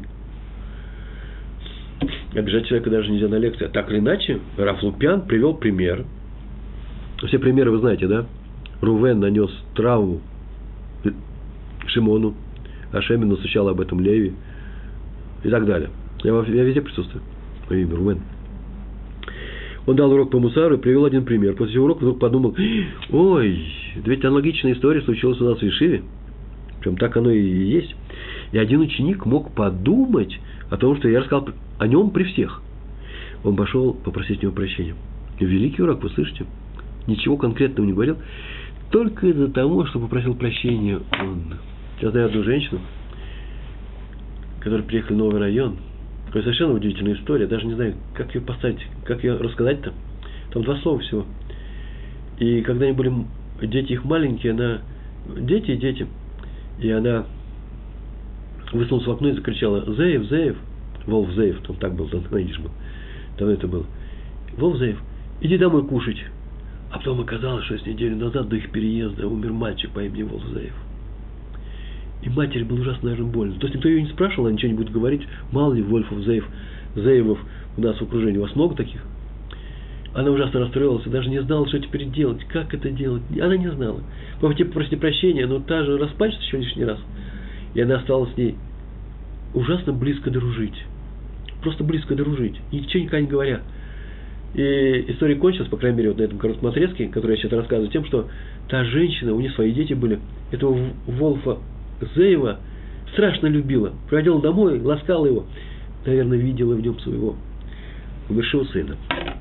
Обижать человека даже нельзя на лекции. Так или иначе, Рав Лупян привел пример. Все примеры вы знаете, да? Рувен нанес травму Шимону, а Шемин насущал об этом Леви и так далее. Я везде присутствую. Мое имя Рувен. Он дал урок по мусару и привел один пример. После урока вдруг подумал: ой, ведь аналогичная история случилась у нас в Ешиве. Прям так оно и есть. И один ученик мог подумать о том, что я рассказал о нем при всех. Он пошел попросить у него прощения. Великий урок, вы слышите? Ничего конкретного не говорил. Только из-за того, что попросил прощения он. Я знаю одну женщину, которая приехала в новый район. Это совершенно удивительная история. Даже не знаю, как ее поставить, как ее рассказать-то. Там 2 слова всего. И когда они были, дети их маленькие, она... Дети. И она высунулась в окно и закричала: Зеев, Зеев. Волф Зеев, там так был, там на идиш был. Давно это было. Волф Зеев, иди домой кушать. А потом оказалось, что с неделю назад до их переезда умер мальчик по имени Волф Зеев. И матери было ужасно, наверное, больно. То есть никто ее не спрашивал, она ничего не будет говорить. Мало ли Вольфов, Зеевов у нас в окружении. У вас много таких? Она ужасно расстроилась и даже не знала, что теперь делать, как это делать. Она не знала. Попросите прощения, но та же расплачется еще лишний раз. И она осталась с ней ужасно близко дружить. Просто близко дружить. Ничего никогда не говоря. И история кончилась, по крайней мере, вот на этом коротком отрезке, который я сейчас рассказываю, тем, что та женщина, у нее свои дети были, этого Волфа Зеева страшно любила. Проводила домой, ласкала его. Наверное, видела в нем своего умершего сына.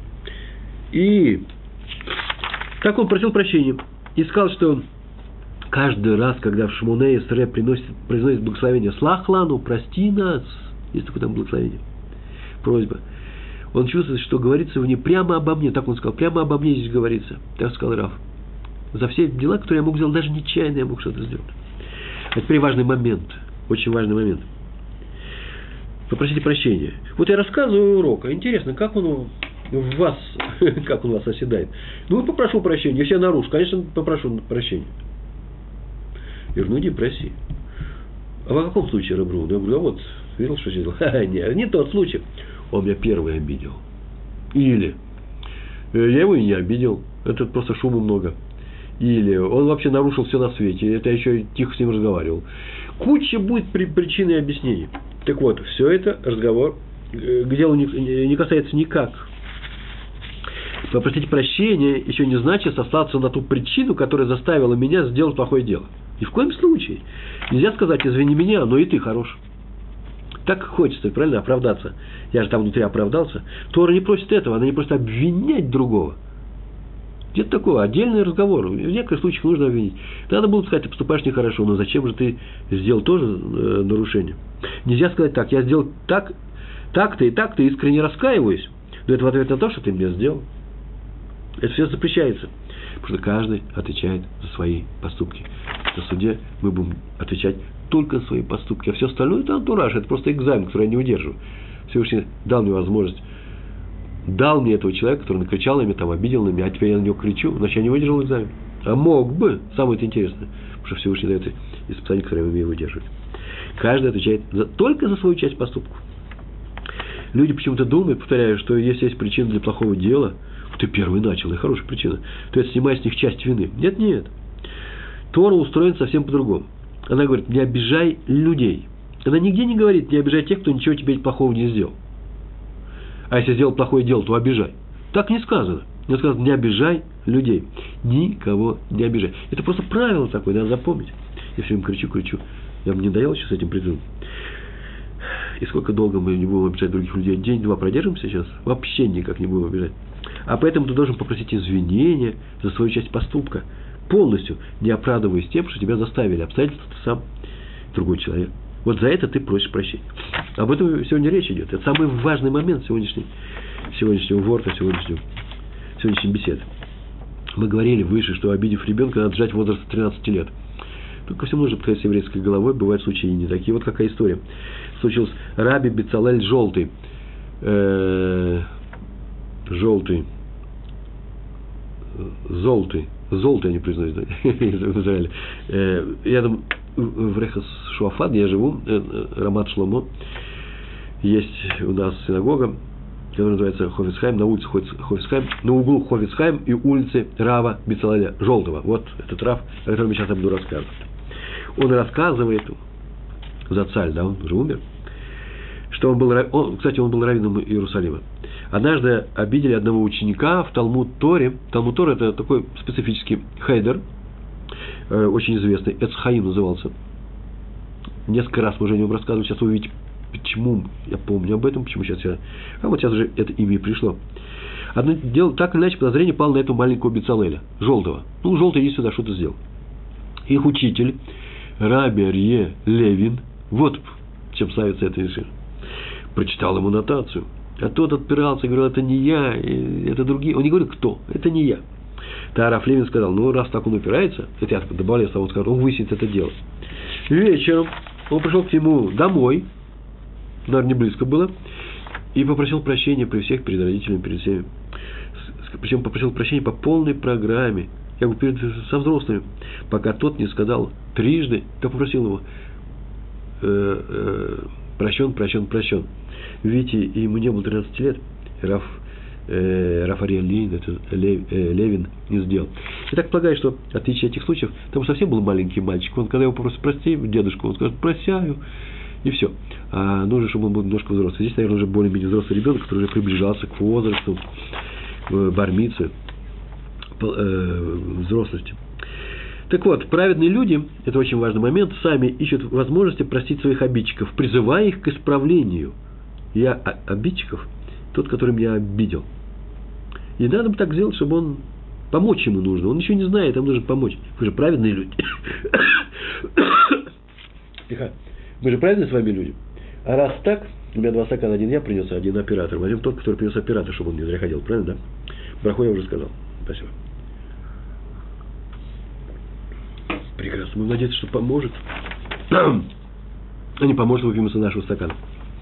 И так он просил прощения. И сказал, что каждый раз, когда в Шмоней Эсре произносит благословение «Слах лану, прости нас», есть такое там благословение, просьба, он чувствует, что говорится в ней прямо обо мне. Так он сказал: прямо обо мне здесь говорится. Так сказал Рав. За все дела, которые я мог сделать, даже нечаянно я мог что-то сделать. А теперь важный момент. Очень важный момент. Попросите прощения. Вот я рассказываю урок. А интересно, как он в вас, как он вас оседает. Ну, попрошу прощения. Если я нарушу, конечно, попрошу прощения. Я говорю: ну иди проси. А в каком случае, Рабрун? Я говорю: а вот, видел, что сделал? Не тот случай. Он меня первый обидел. Или я его и не обидел. Это просто шума много. Или он вообще нарушил все на свете. Это я еще тихо с ним разговаривал. Куча будет причин и объяснений. Так вот, все это разговор к делу не касается никак. Попросить прощения еще не значит сослаться на ту причину, которая заставила меня сделать плохое дело. И в коем случае нельзя сказать: извини меня, но и ты хорош. Так хочется, правильно, оправдаться. Я же там внутри оправдался. Тора не просит этого, она не просит обвинять другого. Где-то такое, отдельный разговор. В некоторых случаях нужно обвинить. Надо было сказать: ты поступаешь нехорошо, но зачем же ты сделал тоже нарушение? Нельзя сказать так: я сделал так-то и так-то, искренне раскаиваюсь. Но это в ответ на то, что ты мне сделал. Это все запрещается. Потому что каждый отвечает за свои поступки. На суде мы будем отвечать только за свои поступки. А все остальное – это антураж, это просто экзамен, который я не удерживаю. Всевышний дал мне возможность. Дал мне этого человека, который накричал на меня, там, обидел на меня, а теперь я на него кричу, значит, я не выдержал экзамен. А мог бы. Самое это интересное. Потому что Всевышний дает испытания, которые я умею выдерживать. Каждый отвечает только за свою часть поступка. Люди почему-то думают, повторяю, что если есть причина для плохого дела, ты первый начал, и хорошая причина, то это снимает с них часть вины. Нет. Тора устроена совсем по-другому. Она говорит: не обижай людей. Она нигде не говорит: не обижай тех, кто ничего тебе плохого не сделал. А если сделал плохое дело, то обижай. Так не сказано. Не сказано: не обижай людей. Никого не обижай. Это просто правило такое, надо запомнить. Я все время кричу. Я мне надоело сейчас с этим придумать. И сколько долго мы не будем обижать других людей? День-два продержимся сейчас? Вообще никак не будем обижать. А поэтому ты должен попросить извинения за свою часть поступка. полностью, не оправдываясь тем, что тебя заставили. Обстоятельства ты сам, другой человек. Вот за это ты просишь прощения. Об этом сегодня речь идет. Это самый важный момент сегодняшнего ворта, сегодняшней беседы. Мы говорили выше, что, обидев ребенка, надо ждать возраста 13 лет. Тут ко всему нужно подходить с еврейской головой, бывают случаи и не такие. Вот какая история. Случился Раби Бецалель Желтый. Золотый, они признают, да? В Израиле. Рядом в Рехас Шуафат, где я живу, Рамат Шломо, есть у нас синагога, которая называется Хофицхайм, на улице Хофицхайм, на углу Хофицхайм и улицы Рава Бецалеля Желтого. Вот этот Рав, о котором я сейчас буду рассказывать. Он рассказывает, Зацаль, да, он уже умер, что он был раввином Иерусалима. Однажды обидели одного ученика в Талмуд-Торе. Талмуд-Тор – это такой специфический хейдер, очень известный, Эцхаим назывался. Несколько раз мы уже о нем рассказывали, сейчас вы увидите, почему я помню об этом, почему сейчас вот сейчас уже это имя и пришло. Одно дело, так или иначе, подозрение пало на этого маленького Бецалеля, Желтого. Желтый, иди сюда, что ты сделал. Их учитель, Раби Арье Левин, вот чем славится это решение, прочитал ему нотацию. А тот отпирался и говорил, это не я, это другие. Он не говорит, кто, это не я. Раф Левин сказал, раз так он упирается, это я добавляю, он сказал, он выяснит это дело. Вечером он пришел к нему домой, наверное, не близко было, и попросил прощения при всех, перед родителями, перед всеми. Причем попросил прощения по полной программе, со взрослыми, пока тот не сказал трижды, как попросил его, прощен. Видите, ему не было 13 лет, Раф Арье Левин не сделал. Я так полагаю, что в отличие от этих случаев, там совсем был маленький мальчик, он, когда его попросит прости дедушку, он скажет, прощаю, и все. А нужно, чтобы он был немножко взрослый. Здесь, наверное, уже более-менее взрослый ребенок, который уже приближался к возрасту, бар-мицвы, взрослости. Так вот, праведные люди, это очень важный момент, сами ищут возможности простить своих обидчиков, призывая их к исправлению. Я обидчиков, тот, который меня обидел. И надо бы так сделать, чтобы он... Помочь ему нужно. Он ничего не знает, ему нужно помочь. Вы же праведные люди. Тихо. Мы же праведные с вами люди. А раз так, у меня 2 стакана, один я принес, один оператор. Возьмем тот, который принес оператор, чтобы он не зря ходил. Правильно, да? Браху я уже сказал. Спасибо. Прекрасно. Мы надеемся, что поможет. А не поможет выпьем из нашего стакана.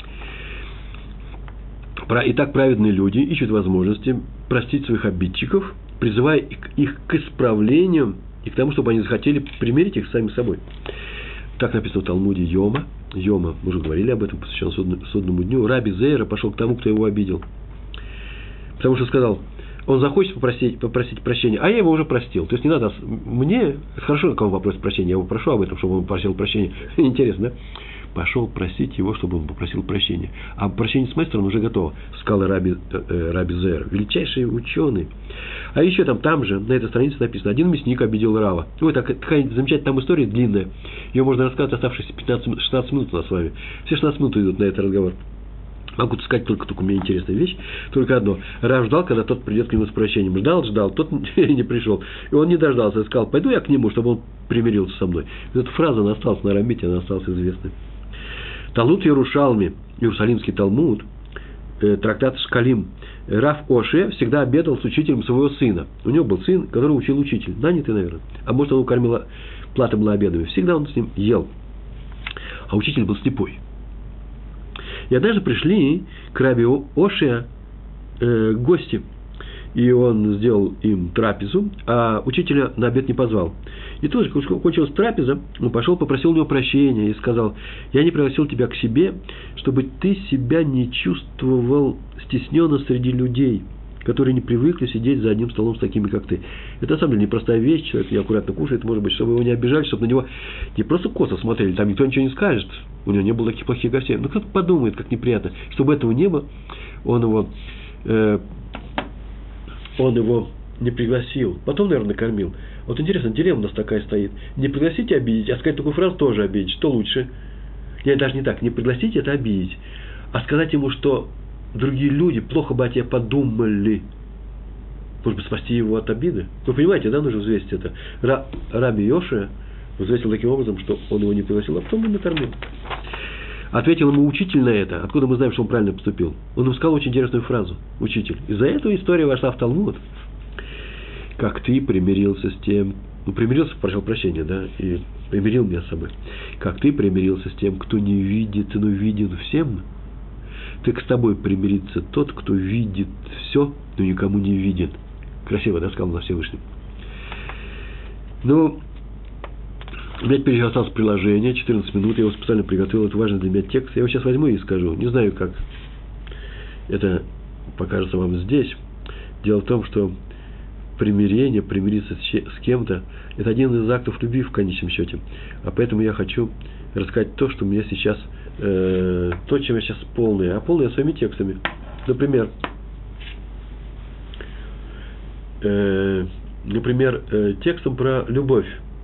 Итак, праведные люди ищут возможности простить своих обидчиков, призывая их к исправлению и к тому, чтобы они захотели примирить их сами с собой. Так написано в Талмуде Йома, мы уже говорили об этом, посвященном судному дню. Раби Зейра пошел к тому, кто его обидел. Потому что сказал, он захочет попросить прощения, а я его уже простил. То есть не надо мне, хорошо, кого попросить прощения, я его прошу об этом, чтобы он просил прощения. Интересно, да? Пошел просить его, чтобы он попросил прощения. А прощение с моей стороны уже готово, сказал Раби Зейра, величайший ученый. А еще там же, на этой странице написано, один мясник обидел Рава. Ой, такая замечательная там история длинная. Ее можно рассказать оставшиеся 16 минут у нас с вами. Все 16 минут идут на этот разговор. Могу сказать только у меня интересная вещь, только одно. Рав ждал, когда тот придет к нему с прощением. Ждал, тот не пришел. И он не дождался, сказал, пойду я к нему, чтобы он примирился со мной. И эта фраза, она осталась на арамите, она осталась известной. Талмуд Ярушалми, Иерусалимский Талмуд, трактат Шкалим. Рав Оше всегда обедал с учителем своего сына. У него был сын, который учил учитель. Нанятый, наверное. А может, он кормил, плата была обедами. Всегда он с ним ел. А учитель был слепой. И однажды пришли к Раби Оше гости. И он сделал им трапезу, а учителя на обед не позвал. И тоже, когда кончилась трапеза, он пошел, попросил у него прощения и сказал, я не пригласил тебя к себе, чтобы ты себя не чувствовал стесненно среди людей, которые не привыкли сидеть за одним столом с такими, как ты. Это на самом деле непростая вещь, человек неаккуратно кушает, может быть, чтобы его не обижали, чтобы на него не просто косо смотрели, там никто ничего не скажет, у него не было таких плохих гостей, но кто-то подумает, как неприятно, чтобы этого не было, он его не пригласил, потом, наверное, накормил. Вот интересно, дилемма у нас такая стоит. Не пригласить и обидеть, а сказать такую фразу тоже обидеть. Что лучше? Нет, даже не так. Не пригласить – это обидеть. А сказать ему, что другие люди плохо бы о тебе подумали. Может быть, спасти его от обиды? Вы понимаете, да, нужно взвесить это. Раби Йошуа взвесил таким образом, что он его не пригласил, а потом он накормил. Ответил ему учитель на это. Откуда мы знаем, что он правильно поступил? Он ему сказал очень интересную фразу. Учитель. Из-за этого история вошла в Талмуд. Как ты примирился с тем... примирился, просил прощения, да, и примирил меня с собой. Как ты примирился с тем, кто не видит, но виден всем, так с тобой примирится тот, кто видит все, но никому не видит. Красиво, да, сказал на Всевышнем. Ну, у меня теперь осталось приложение, 14 минут, я его специально приготовил, это важный для меня текст. Я его сейчас возьму и скажу. Не знаю, как это покажется вам здесь. Дело в том, что примириться с кем-то, это один из актов любви в конечном счете. А поэтому я хочу рассказать то, что у меня сейчас, то, чем я сейчас полный, а полный я своими текстами. Например, текстом про любовь.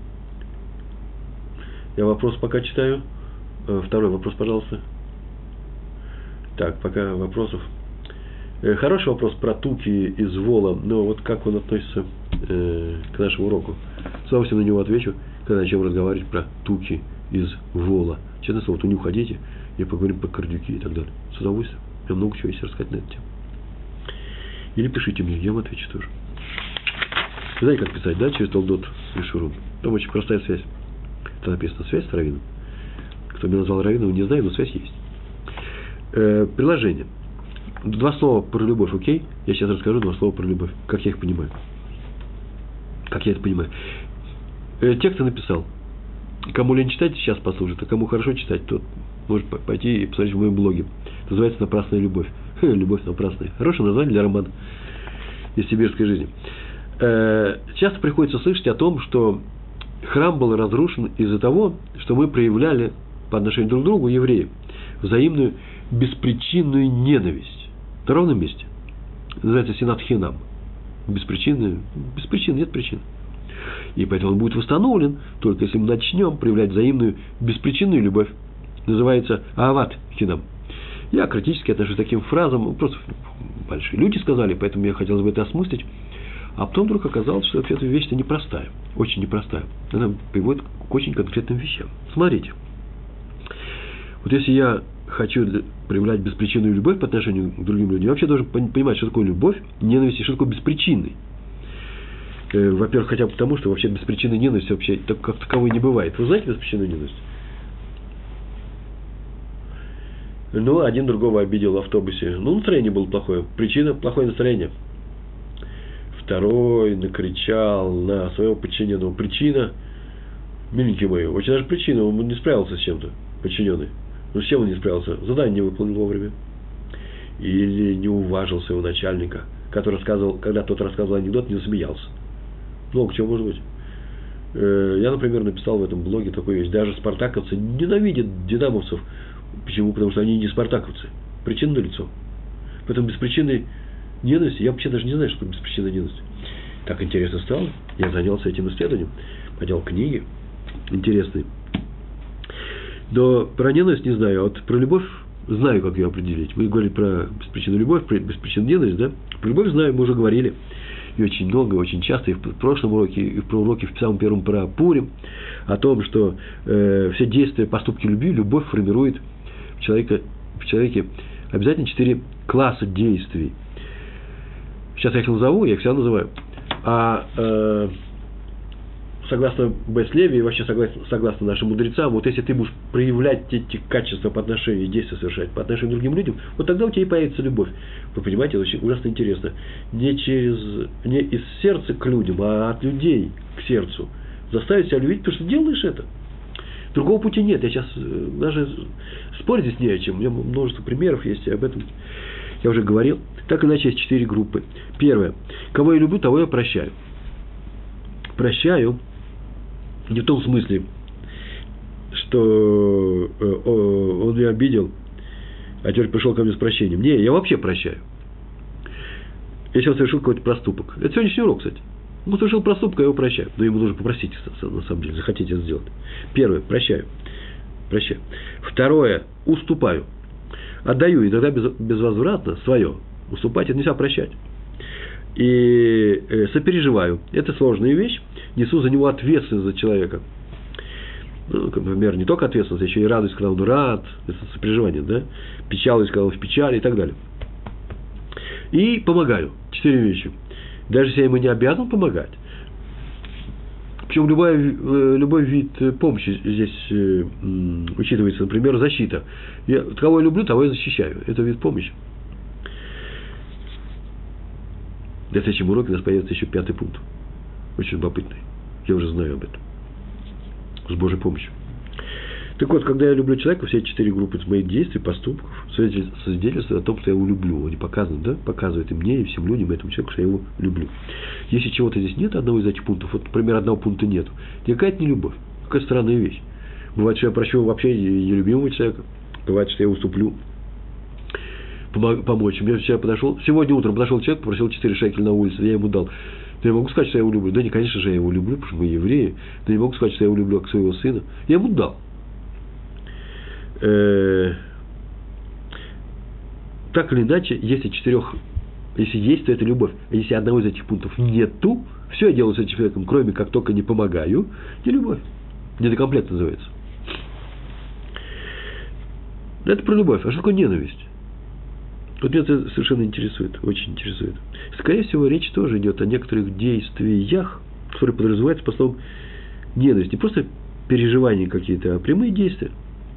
Я вопрос пока читаю. Второй вопрос, пожалуйста. Так, пока вопросов. Хороший вопрос про туки из вола, но вот как он относится к нашему уроку? С удовольствием на него отвечу, когда начнем разговаривать про туки из вола. Честное слово, то не уходите, и поговорим про кардюки и так далее. С удовольствием. Я много чего есть рассказать на эту тему. Или пишите мне, я вам отвечу тоже. Знаете, как писать, да, через Толдот Решурун? Там очень простая связь. Там написано связь с раввином. Кто меня назвал раввином, не знаю, но связь есть. Приложение. Два слова про любовь, окей? Я сейчас расскажу два слова про любовь. Как я их понимаю. Как я это понимаю. Текст я написал. Кому лень читать, сейчас послушать. А кому хорошо читать, тот может пойти и посмотреть в моем блоге. Называется «Напрасная любовь». Любовь напрасная. Хорошее название для романа из сибирской жизни. Часто приходится слышать о том, что храм был разрушен из-за того, что мы проявляли по отношению друг к другу, евреи, взаимную беспричинную ненависть. На ровном месте. Называется Синат Хинам. Без причины, нет причин. И поэтому он будет восстановлен, только если мы начнем проявлять взаимную беспричинную любовь. Называется Аават Хинам. Я критически отношусь к таким фразам. Просто большие люди сказали, поэтому мне хотелось бы это осмыслить. А потом вдруг оказалось, что эта вещь-то непростая. Очень непростая. Она приводит к очень конкретным вещам. Смотрите. Вот если я хочу проявлять беспричинную любовь по отношению к другим людям, я вообще должен понимать, что такое любовь, ненависть и что такое беспричинный. Во-первых, хотя бы потому, что вообще беспричинной ненависти вообще как таковой не бывает. Вы знаете беспричинную ненависть? Ну, один другого обидел в автобусе. Ну, настроение было плохое. Причина – плохое настроение. Второй накричал на своего подчиненного. Причина, миленький мой, очень даже причина, он не справился с чем-то, подчиненный. Ну, с чем он не справился? Задание не выполнил вовремя. Или не уважил своего начальника, который рассказывал, когда тот рассказывал анекдот, не засмеялся. Много чего может быть. Я, например, написал в этом блоге такую вещь. Даже спартаковцы ненавидят динамовцев. Почему? Потому что они не спартаковцы. Причина налицо. Поэтому беспричинной ненависти, я вообще даже не знаю, что такое беспричинная ненависть. Так интересно стало. Я занялся этим исследованием. Поделал книги интересные. Но про ненависть не знаю. А вот про любовь знаю, как ее определить. Вы говорили про беспричинную любовь, про беспричинную ненависть, да? Про любовь знаю, мы уже говорили. И очень много, очень часто, и в прошлом уроке, и в уроке в самом первом про Пурим, о том, что все действия, поступки любви, любовь формирует в человеке обязательно 4 класса действий. Сейчас я их назову, я их всегда называю. Согласно Беслеви и вообще согласно нашим мудрецам, вот если ты будешь проявлять эти качества по отношению, действия совершать по отношению к другим людям, вот тогда у тебя и появится любовь. Вы понимаете, это очень ужасно интересно. Не из сердца к людям, а от людей к сердцу. Заставить себя любить, потому что делаешь это. Другого пути нет. Я сейчас даже спорить здесь не о чем. У меня множество примеров есть, и об этом я уже говорил. Так или иначе, есть 4 группы. Первое. Кого я люблю, того я прощаю. Прощаю не в том смысле, что он меня обидел, а теперь пришел ко мне с прощением. Не, я вообще прощаю. Если он совершил какой-то проступок. Это сегодняшний урок, кстати. Он совершил проступок, я его прощаю. Но ему нужно попросить, на самом деле, захотите это сделать. Первое, прощаю. Второе, уступаю. Отдаю, и тогда безвозвратно свое. Уступать – это нельзя прощать. и сопереживаю. Это сложная вещь. Несу за него ответственность за человека. Ну, например, не только ответственность, еще и радость, когда он рад. Это сопереживание, да? Печалуюсь, когда он в печали и так далее. И помогаю. 4 вещи. Даже если я ему не обязан помогать. Причем любой вид помощи здесь учитывается. Например, защита. Кого я люблю, того я защищаю. Это вид помощи. На следующем уроке у нас появится еще 5-й пункт. Очень любопытный. Я уже знаю об этом. С Божьей помощью. Так вот, когда я люблю человека, все 4 группы моих действий, поступков свидетельствуют о том, что я его люблю. Они показывают, да? Показывают и мне, и всем людям, и этому человеку, что я его люблю. Если чего-то здесь нет, одного из этих пунктов, вот, например, одного пункта нет, какая-то нелюбовь. Какая странная вещь. Бывает, что я прощу вообще нелюбимого человека. Бывает, что я уступлю помочь. Мне вчера сегодня утром подошел человек, попросил 4 шекеля на улице, я ему дал. Но я могу сказать, что я его люблю. Да, не, конечно же, я его люблю, потому что мы евреи. Но не могу сказать, что я его люблю как своего сына. Я ему дал. Так или иначе, если есть, то это любовь. А если одного из этих пунктов нету, все я делаю с этим человеком, кроме как только не помогаю, не любовь. Недокомплект называется. Это про любовь. А что такое ненависть? Вот меня это совершенно интересует, очень интересует. Скорее всего, речь тоже идет о некоторых действиях, которые подразумеваются под словом ненависть. Не просто переживания какие-то, а прямые действия.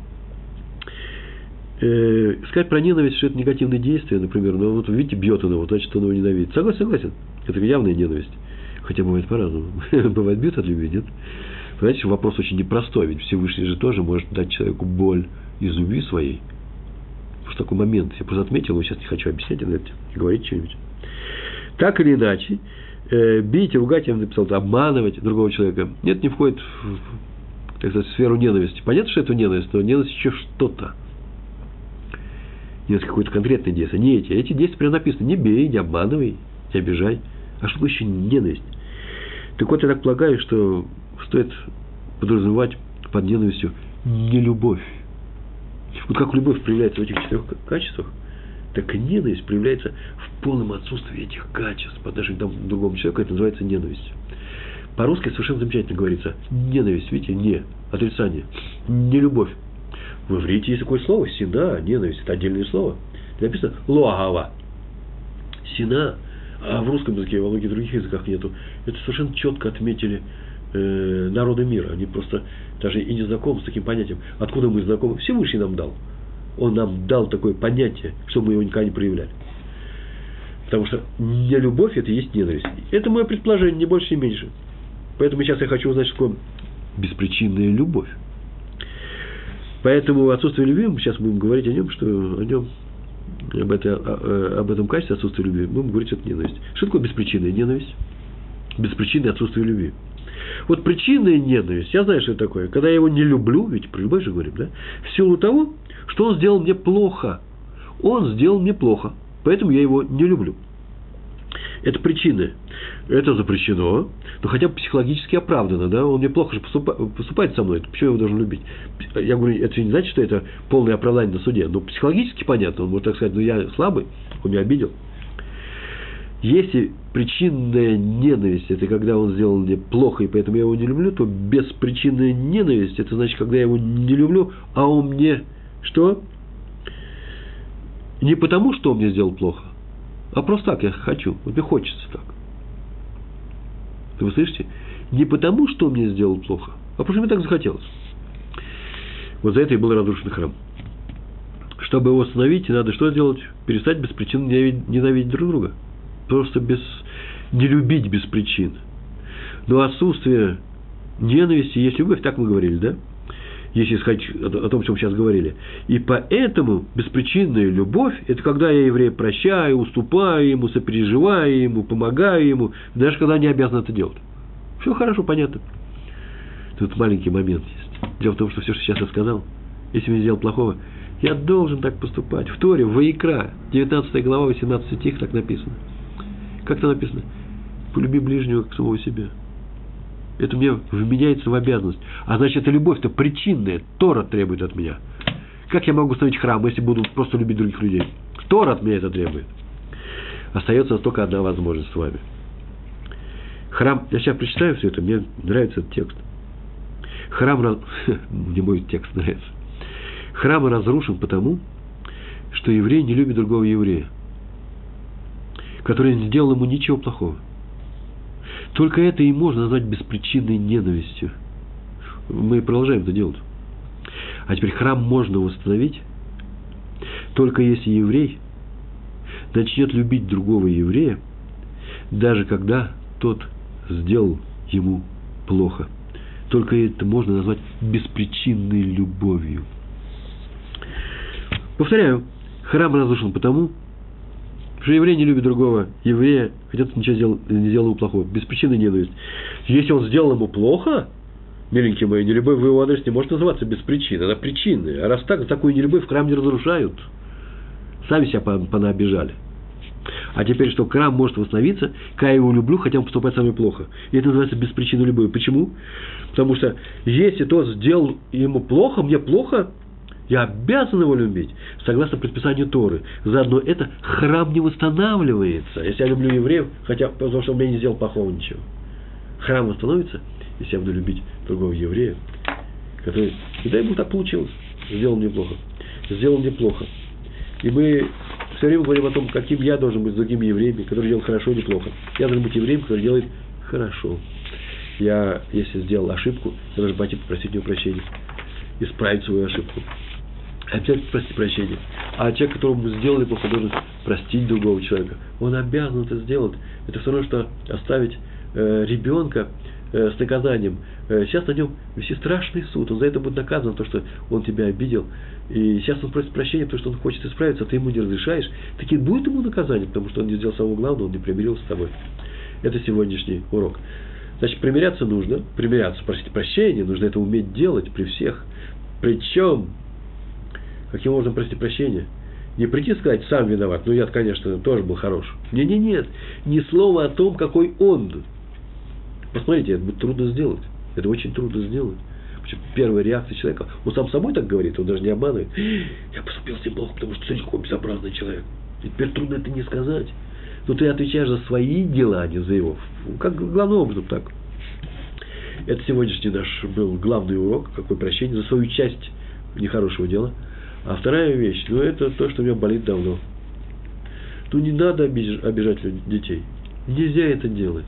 Сказать про ненависть, что это негативные действия, например, ну вот видите, бьет он его, значит, он его ненавидит. Согласен. Это явная ненависть. Хотя бывает по-разному. Бывает бьет от любви, нет? Понимаете, вопрос очень непростой, ведь Всевышний же тоже может дать человеку боль из любви своей. В такой момент. Я просто отметил, но сейчас не хочу объяснять, говорить что-нибудь. Так или иначе, бить, ругать, я написал, обманывать другого человека, нет, не входит в, так сказать, сферу ненависти. Понятно, что это ненависть, но ненависть еще что-то. Ненависть какое-то конкретное действие. Не эти. Эти действия прямо написаны. Не бей, не обманывай, не обижай. А что такое еще ненависть? Так вот, я так полагаю, что стоит подразумевать под ненавистью нелюбовь. Вот как любовь проявляется в этих 4 качествах, так и ненависть проявляется в полном отсутствии этих качеств по отношению к другому человеку. Это называется ненависть. По-русски совершенно замечательно говорится. Ненависть, видите, не, отрицание, не любовь. В иврите есть такое слово, сина, ненависть, это отдельное слово. Написано лоагава, сина, а в русском языке, во многих других языках нету. Это совершенно четко отметили народы мира. Они просто даже и не знакомы с таким понятием. Откуда мы знакомы? Всевышний нам дал. Он нам дал такое понятие, что мы его никогда не проявляли. Потому что нелюбовь – это и есть ненависть. Это мое предположение, не больше, не меньше. Поэтому сейчас я хочу узнать, что такое беспричинная любовь. Поэтому отсутствие любви, мы сейчас будем говорить о нем, об этом качестве отсутствия любви, мы будем говорить, что это ненависть. Что такое беспричинная ненависть? Беспричинное отсутствие любви. Вот причинная ненависть, я знаю, что это такое. Когда я его не люблю, ведь про любовь же говорим, да? В силу того, что он сделал мне плохо. Он сделал мне плохо, поэтому я его не люблю. Это причина. Это запрещено, но хотя бы психологически оправдано, да? Он мне плохо же поступает со мной, почему я его должен любить? Я говорю, это не значит, что это полное оправдание на суде, но психологически понятно, он может так сказать, я слабый, он меня обидел. Если причинная ненависть – это когда он сделал мне плохо, и поэтому я его не люблю, то беспричинная ненависть – это значит, когда я его не люблю, а он мне что? Не потому, что он мне сделал плохо, а просто так я хочу. Вот мне хочется так. Вы слышите? Не потому, что он мне сделал плохо, а потому что мне так захотелось. Вот за это и был разрушен храм. Чтобы его остановить, надо что делать? Перестать без причин ненавидеть друг друга. Просто не любить без причин. Но отсутствие ненависти есть любовь, так мы говорили, да? Если сказать о том, что мы сейчас говорили. И поэтому беспричинная любовь – это когда я еврея прощаю, уступаю ему, сопереживаю ему, помогаю ему, даже когда не обязан это делать. Все хорошо, понятно. Тут маленький момент есть. Дело в том, что все, что сейчас я сказал, если мне сделал плохого, я должен так поступать. В Торе, в Ваикра, 19 глава, 18 стих, так написано. Как это написано? Полюби ближнего, как самого себя. Это мне вменяется в обязанность. А значит, эта любовь-то причинная. Тора требует от меня. Как я могу строить храм, если буду просто любить других людей? Тора от меня это требует. Остается только одна возможность с вами. Храм, я сейчас прочитаю все это, мне нравится этот текст. Мне мой текст нравится. Храм разрушен потому, что еврей не любит другого еврея, который не сделал ему ничего плохого. Только это и можно назвать беспричинной ненавистью. Мы продолжаем это делать. А теперь храм можно восстановить, только если еврей начнет любить другого еврея, даже когда тот сделал ему плохо. Только это можно назвать беспричинной любовью. Повторяю, храм разрушен потому, что еврей не любит другого еврея, хотя он ничего не сделал ему плохого. Беспричинная ненависть. Если он сделал ему плохо, миленькие мои, нелюбовь в его адрес не может называться без причины. Она причинная. А раз так, такую нелюбовь храм не разрушают. Сами себя понаобижали. А теперь, что храм может восстановиться, когда я его люблю, хотя он поступает со мной плохо. И это называется беспричинной любовью. Почему? Потому что если тот сделал ему плохо, мне плохо, я обязан его любить, согласно предписанию Торы. Заодно это храм не восстанавливается. Если я люблю евреев, хотя потому что он мне не сделал плохого ничего. Храм восстановится, если я буду любить другого еврея, который, и дай ему так получилось, сделал мне плохо. Сделал мне плохо. И мы все время говорим о том, каким я должен быть с другими евреями, которые делают хорошо или плохо. Я должен быть евреем, который делает хорошо. Я, если сделал ошибку, я должен пойти попросить у него прощения, исправить свою ошибку. Обязательно просить прощения. А человек, которому сделали плохо, должен простить другого человека. Он обязан это сделать. Это все равно, что оставить ребенка с наказанием. Сейчас на нем висит страшный суд. Он за это будет наказан, то, что он тебя обидел. И сейчас он просит прощения, потому что он хочет исправиться, а ты ему не разрешаешь. Таки будет ему наказание, потому что он не сделал самого главного, он не примирился с тобой. Это сегодняшний урок. Значит, примиряться нужно. Примиряться, просить прощения. Нужно это уметь делать при всех. Причем, каким образом просить прощения? Не прийти и сказать, сам виноват. Ну, я, конечно, тоже был хорош. Нет. Ни слова о том, какой он. Посмотрите, это будет трудно сделать. Это очень трудно сделать. Первая реакция человека, он сам собой так говорит, он даже не обманывает. Я поступил с ним плохо, потому что ты такой безобразный человек. И теперь трудно это не сказать. Но ты отвечаешь за свои дела, а не за его. Как главным образом так. Это сегодняшний наш был главный урок, какое прощение за свою часть нехорошего дела. А вторая вещь, это то, что у меня болит давно. Не надо обижать детей. Нельзя это делать.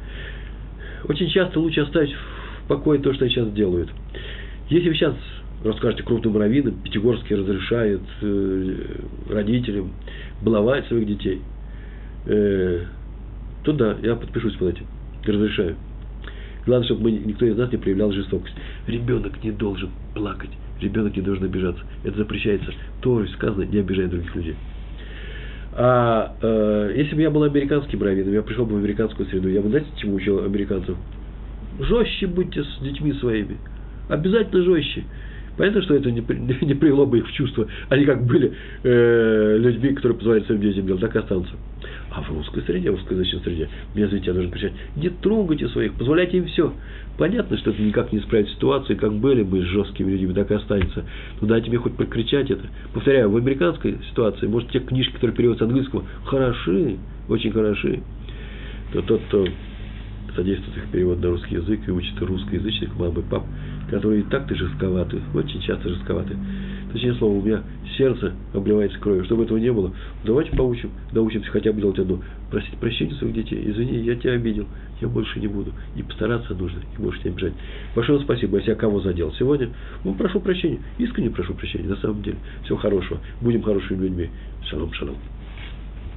Очень часто лучше оставить в покое то, что они сейчас делают. Если вы сейчас расскажете крупным раввинам, Пятигорский разрешает родителям баловать своих детей, то да, я подпишусь под этим. Разрешаю. Главное, чтобы никто из нас не проявлял жестокость. Ребенок не должен плакать. Ребенок не должен обижаться. Это запрещается. Торой сказано, не обижай других людей. А если бы я был американским раввином, я пришел бы в американскую среду, я бы, знаете, чему учил американцев? Жестче будьте с детьми своими. Обязательно жестче. Понятно, что это не привело бы их в чувство. Они как были людьми, которые позволяют своим детям делать, так и останутся. А в русской среде, в русскоязычной среде, меня, извините, я должен кричать, не трогайте своих, позволяйте им все. Понятно, что это никак не исправит ситуацию, как были мы с жесткими людьми, так и останется. Но дайте мне хоть прокричать это. Повторяю, в американской ситуации, может, те книжки, которые переводятся с английского, хороши, очень хороши, то тот, кто содействует их перевод на русский язык и учит русскоязычных мам и пап, которые и так-то жестковаты, очень часто жестковаты. Точнее слово, у меня сердце обливается кровью. Чтобы этого не было, давайте научимся хотя бы делать одно. Просить прощения своих детей. Извини, я тебя обидел, я больше не буду. И постараться нужно, и больше не обижать. Большое вам спасибо, если я кого задел сегодня. Прошу прощения, искренне прошу прощения, на самом деле. Всего хорошего. Будем хорошими людьми. Шалом, шалом.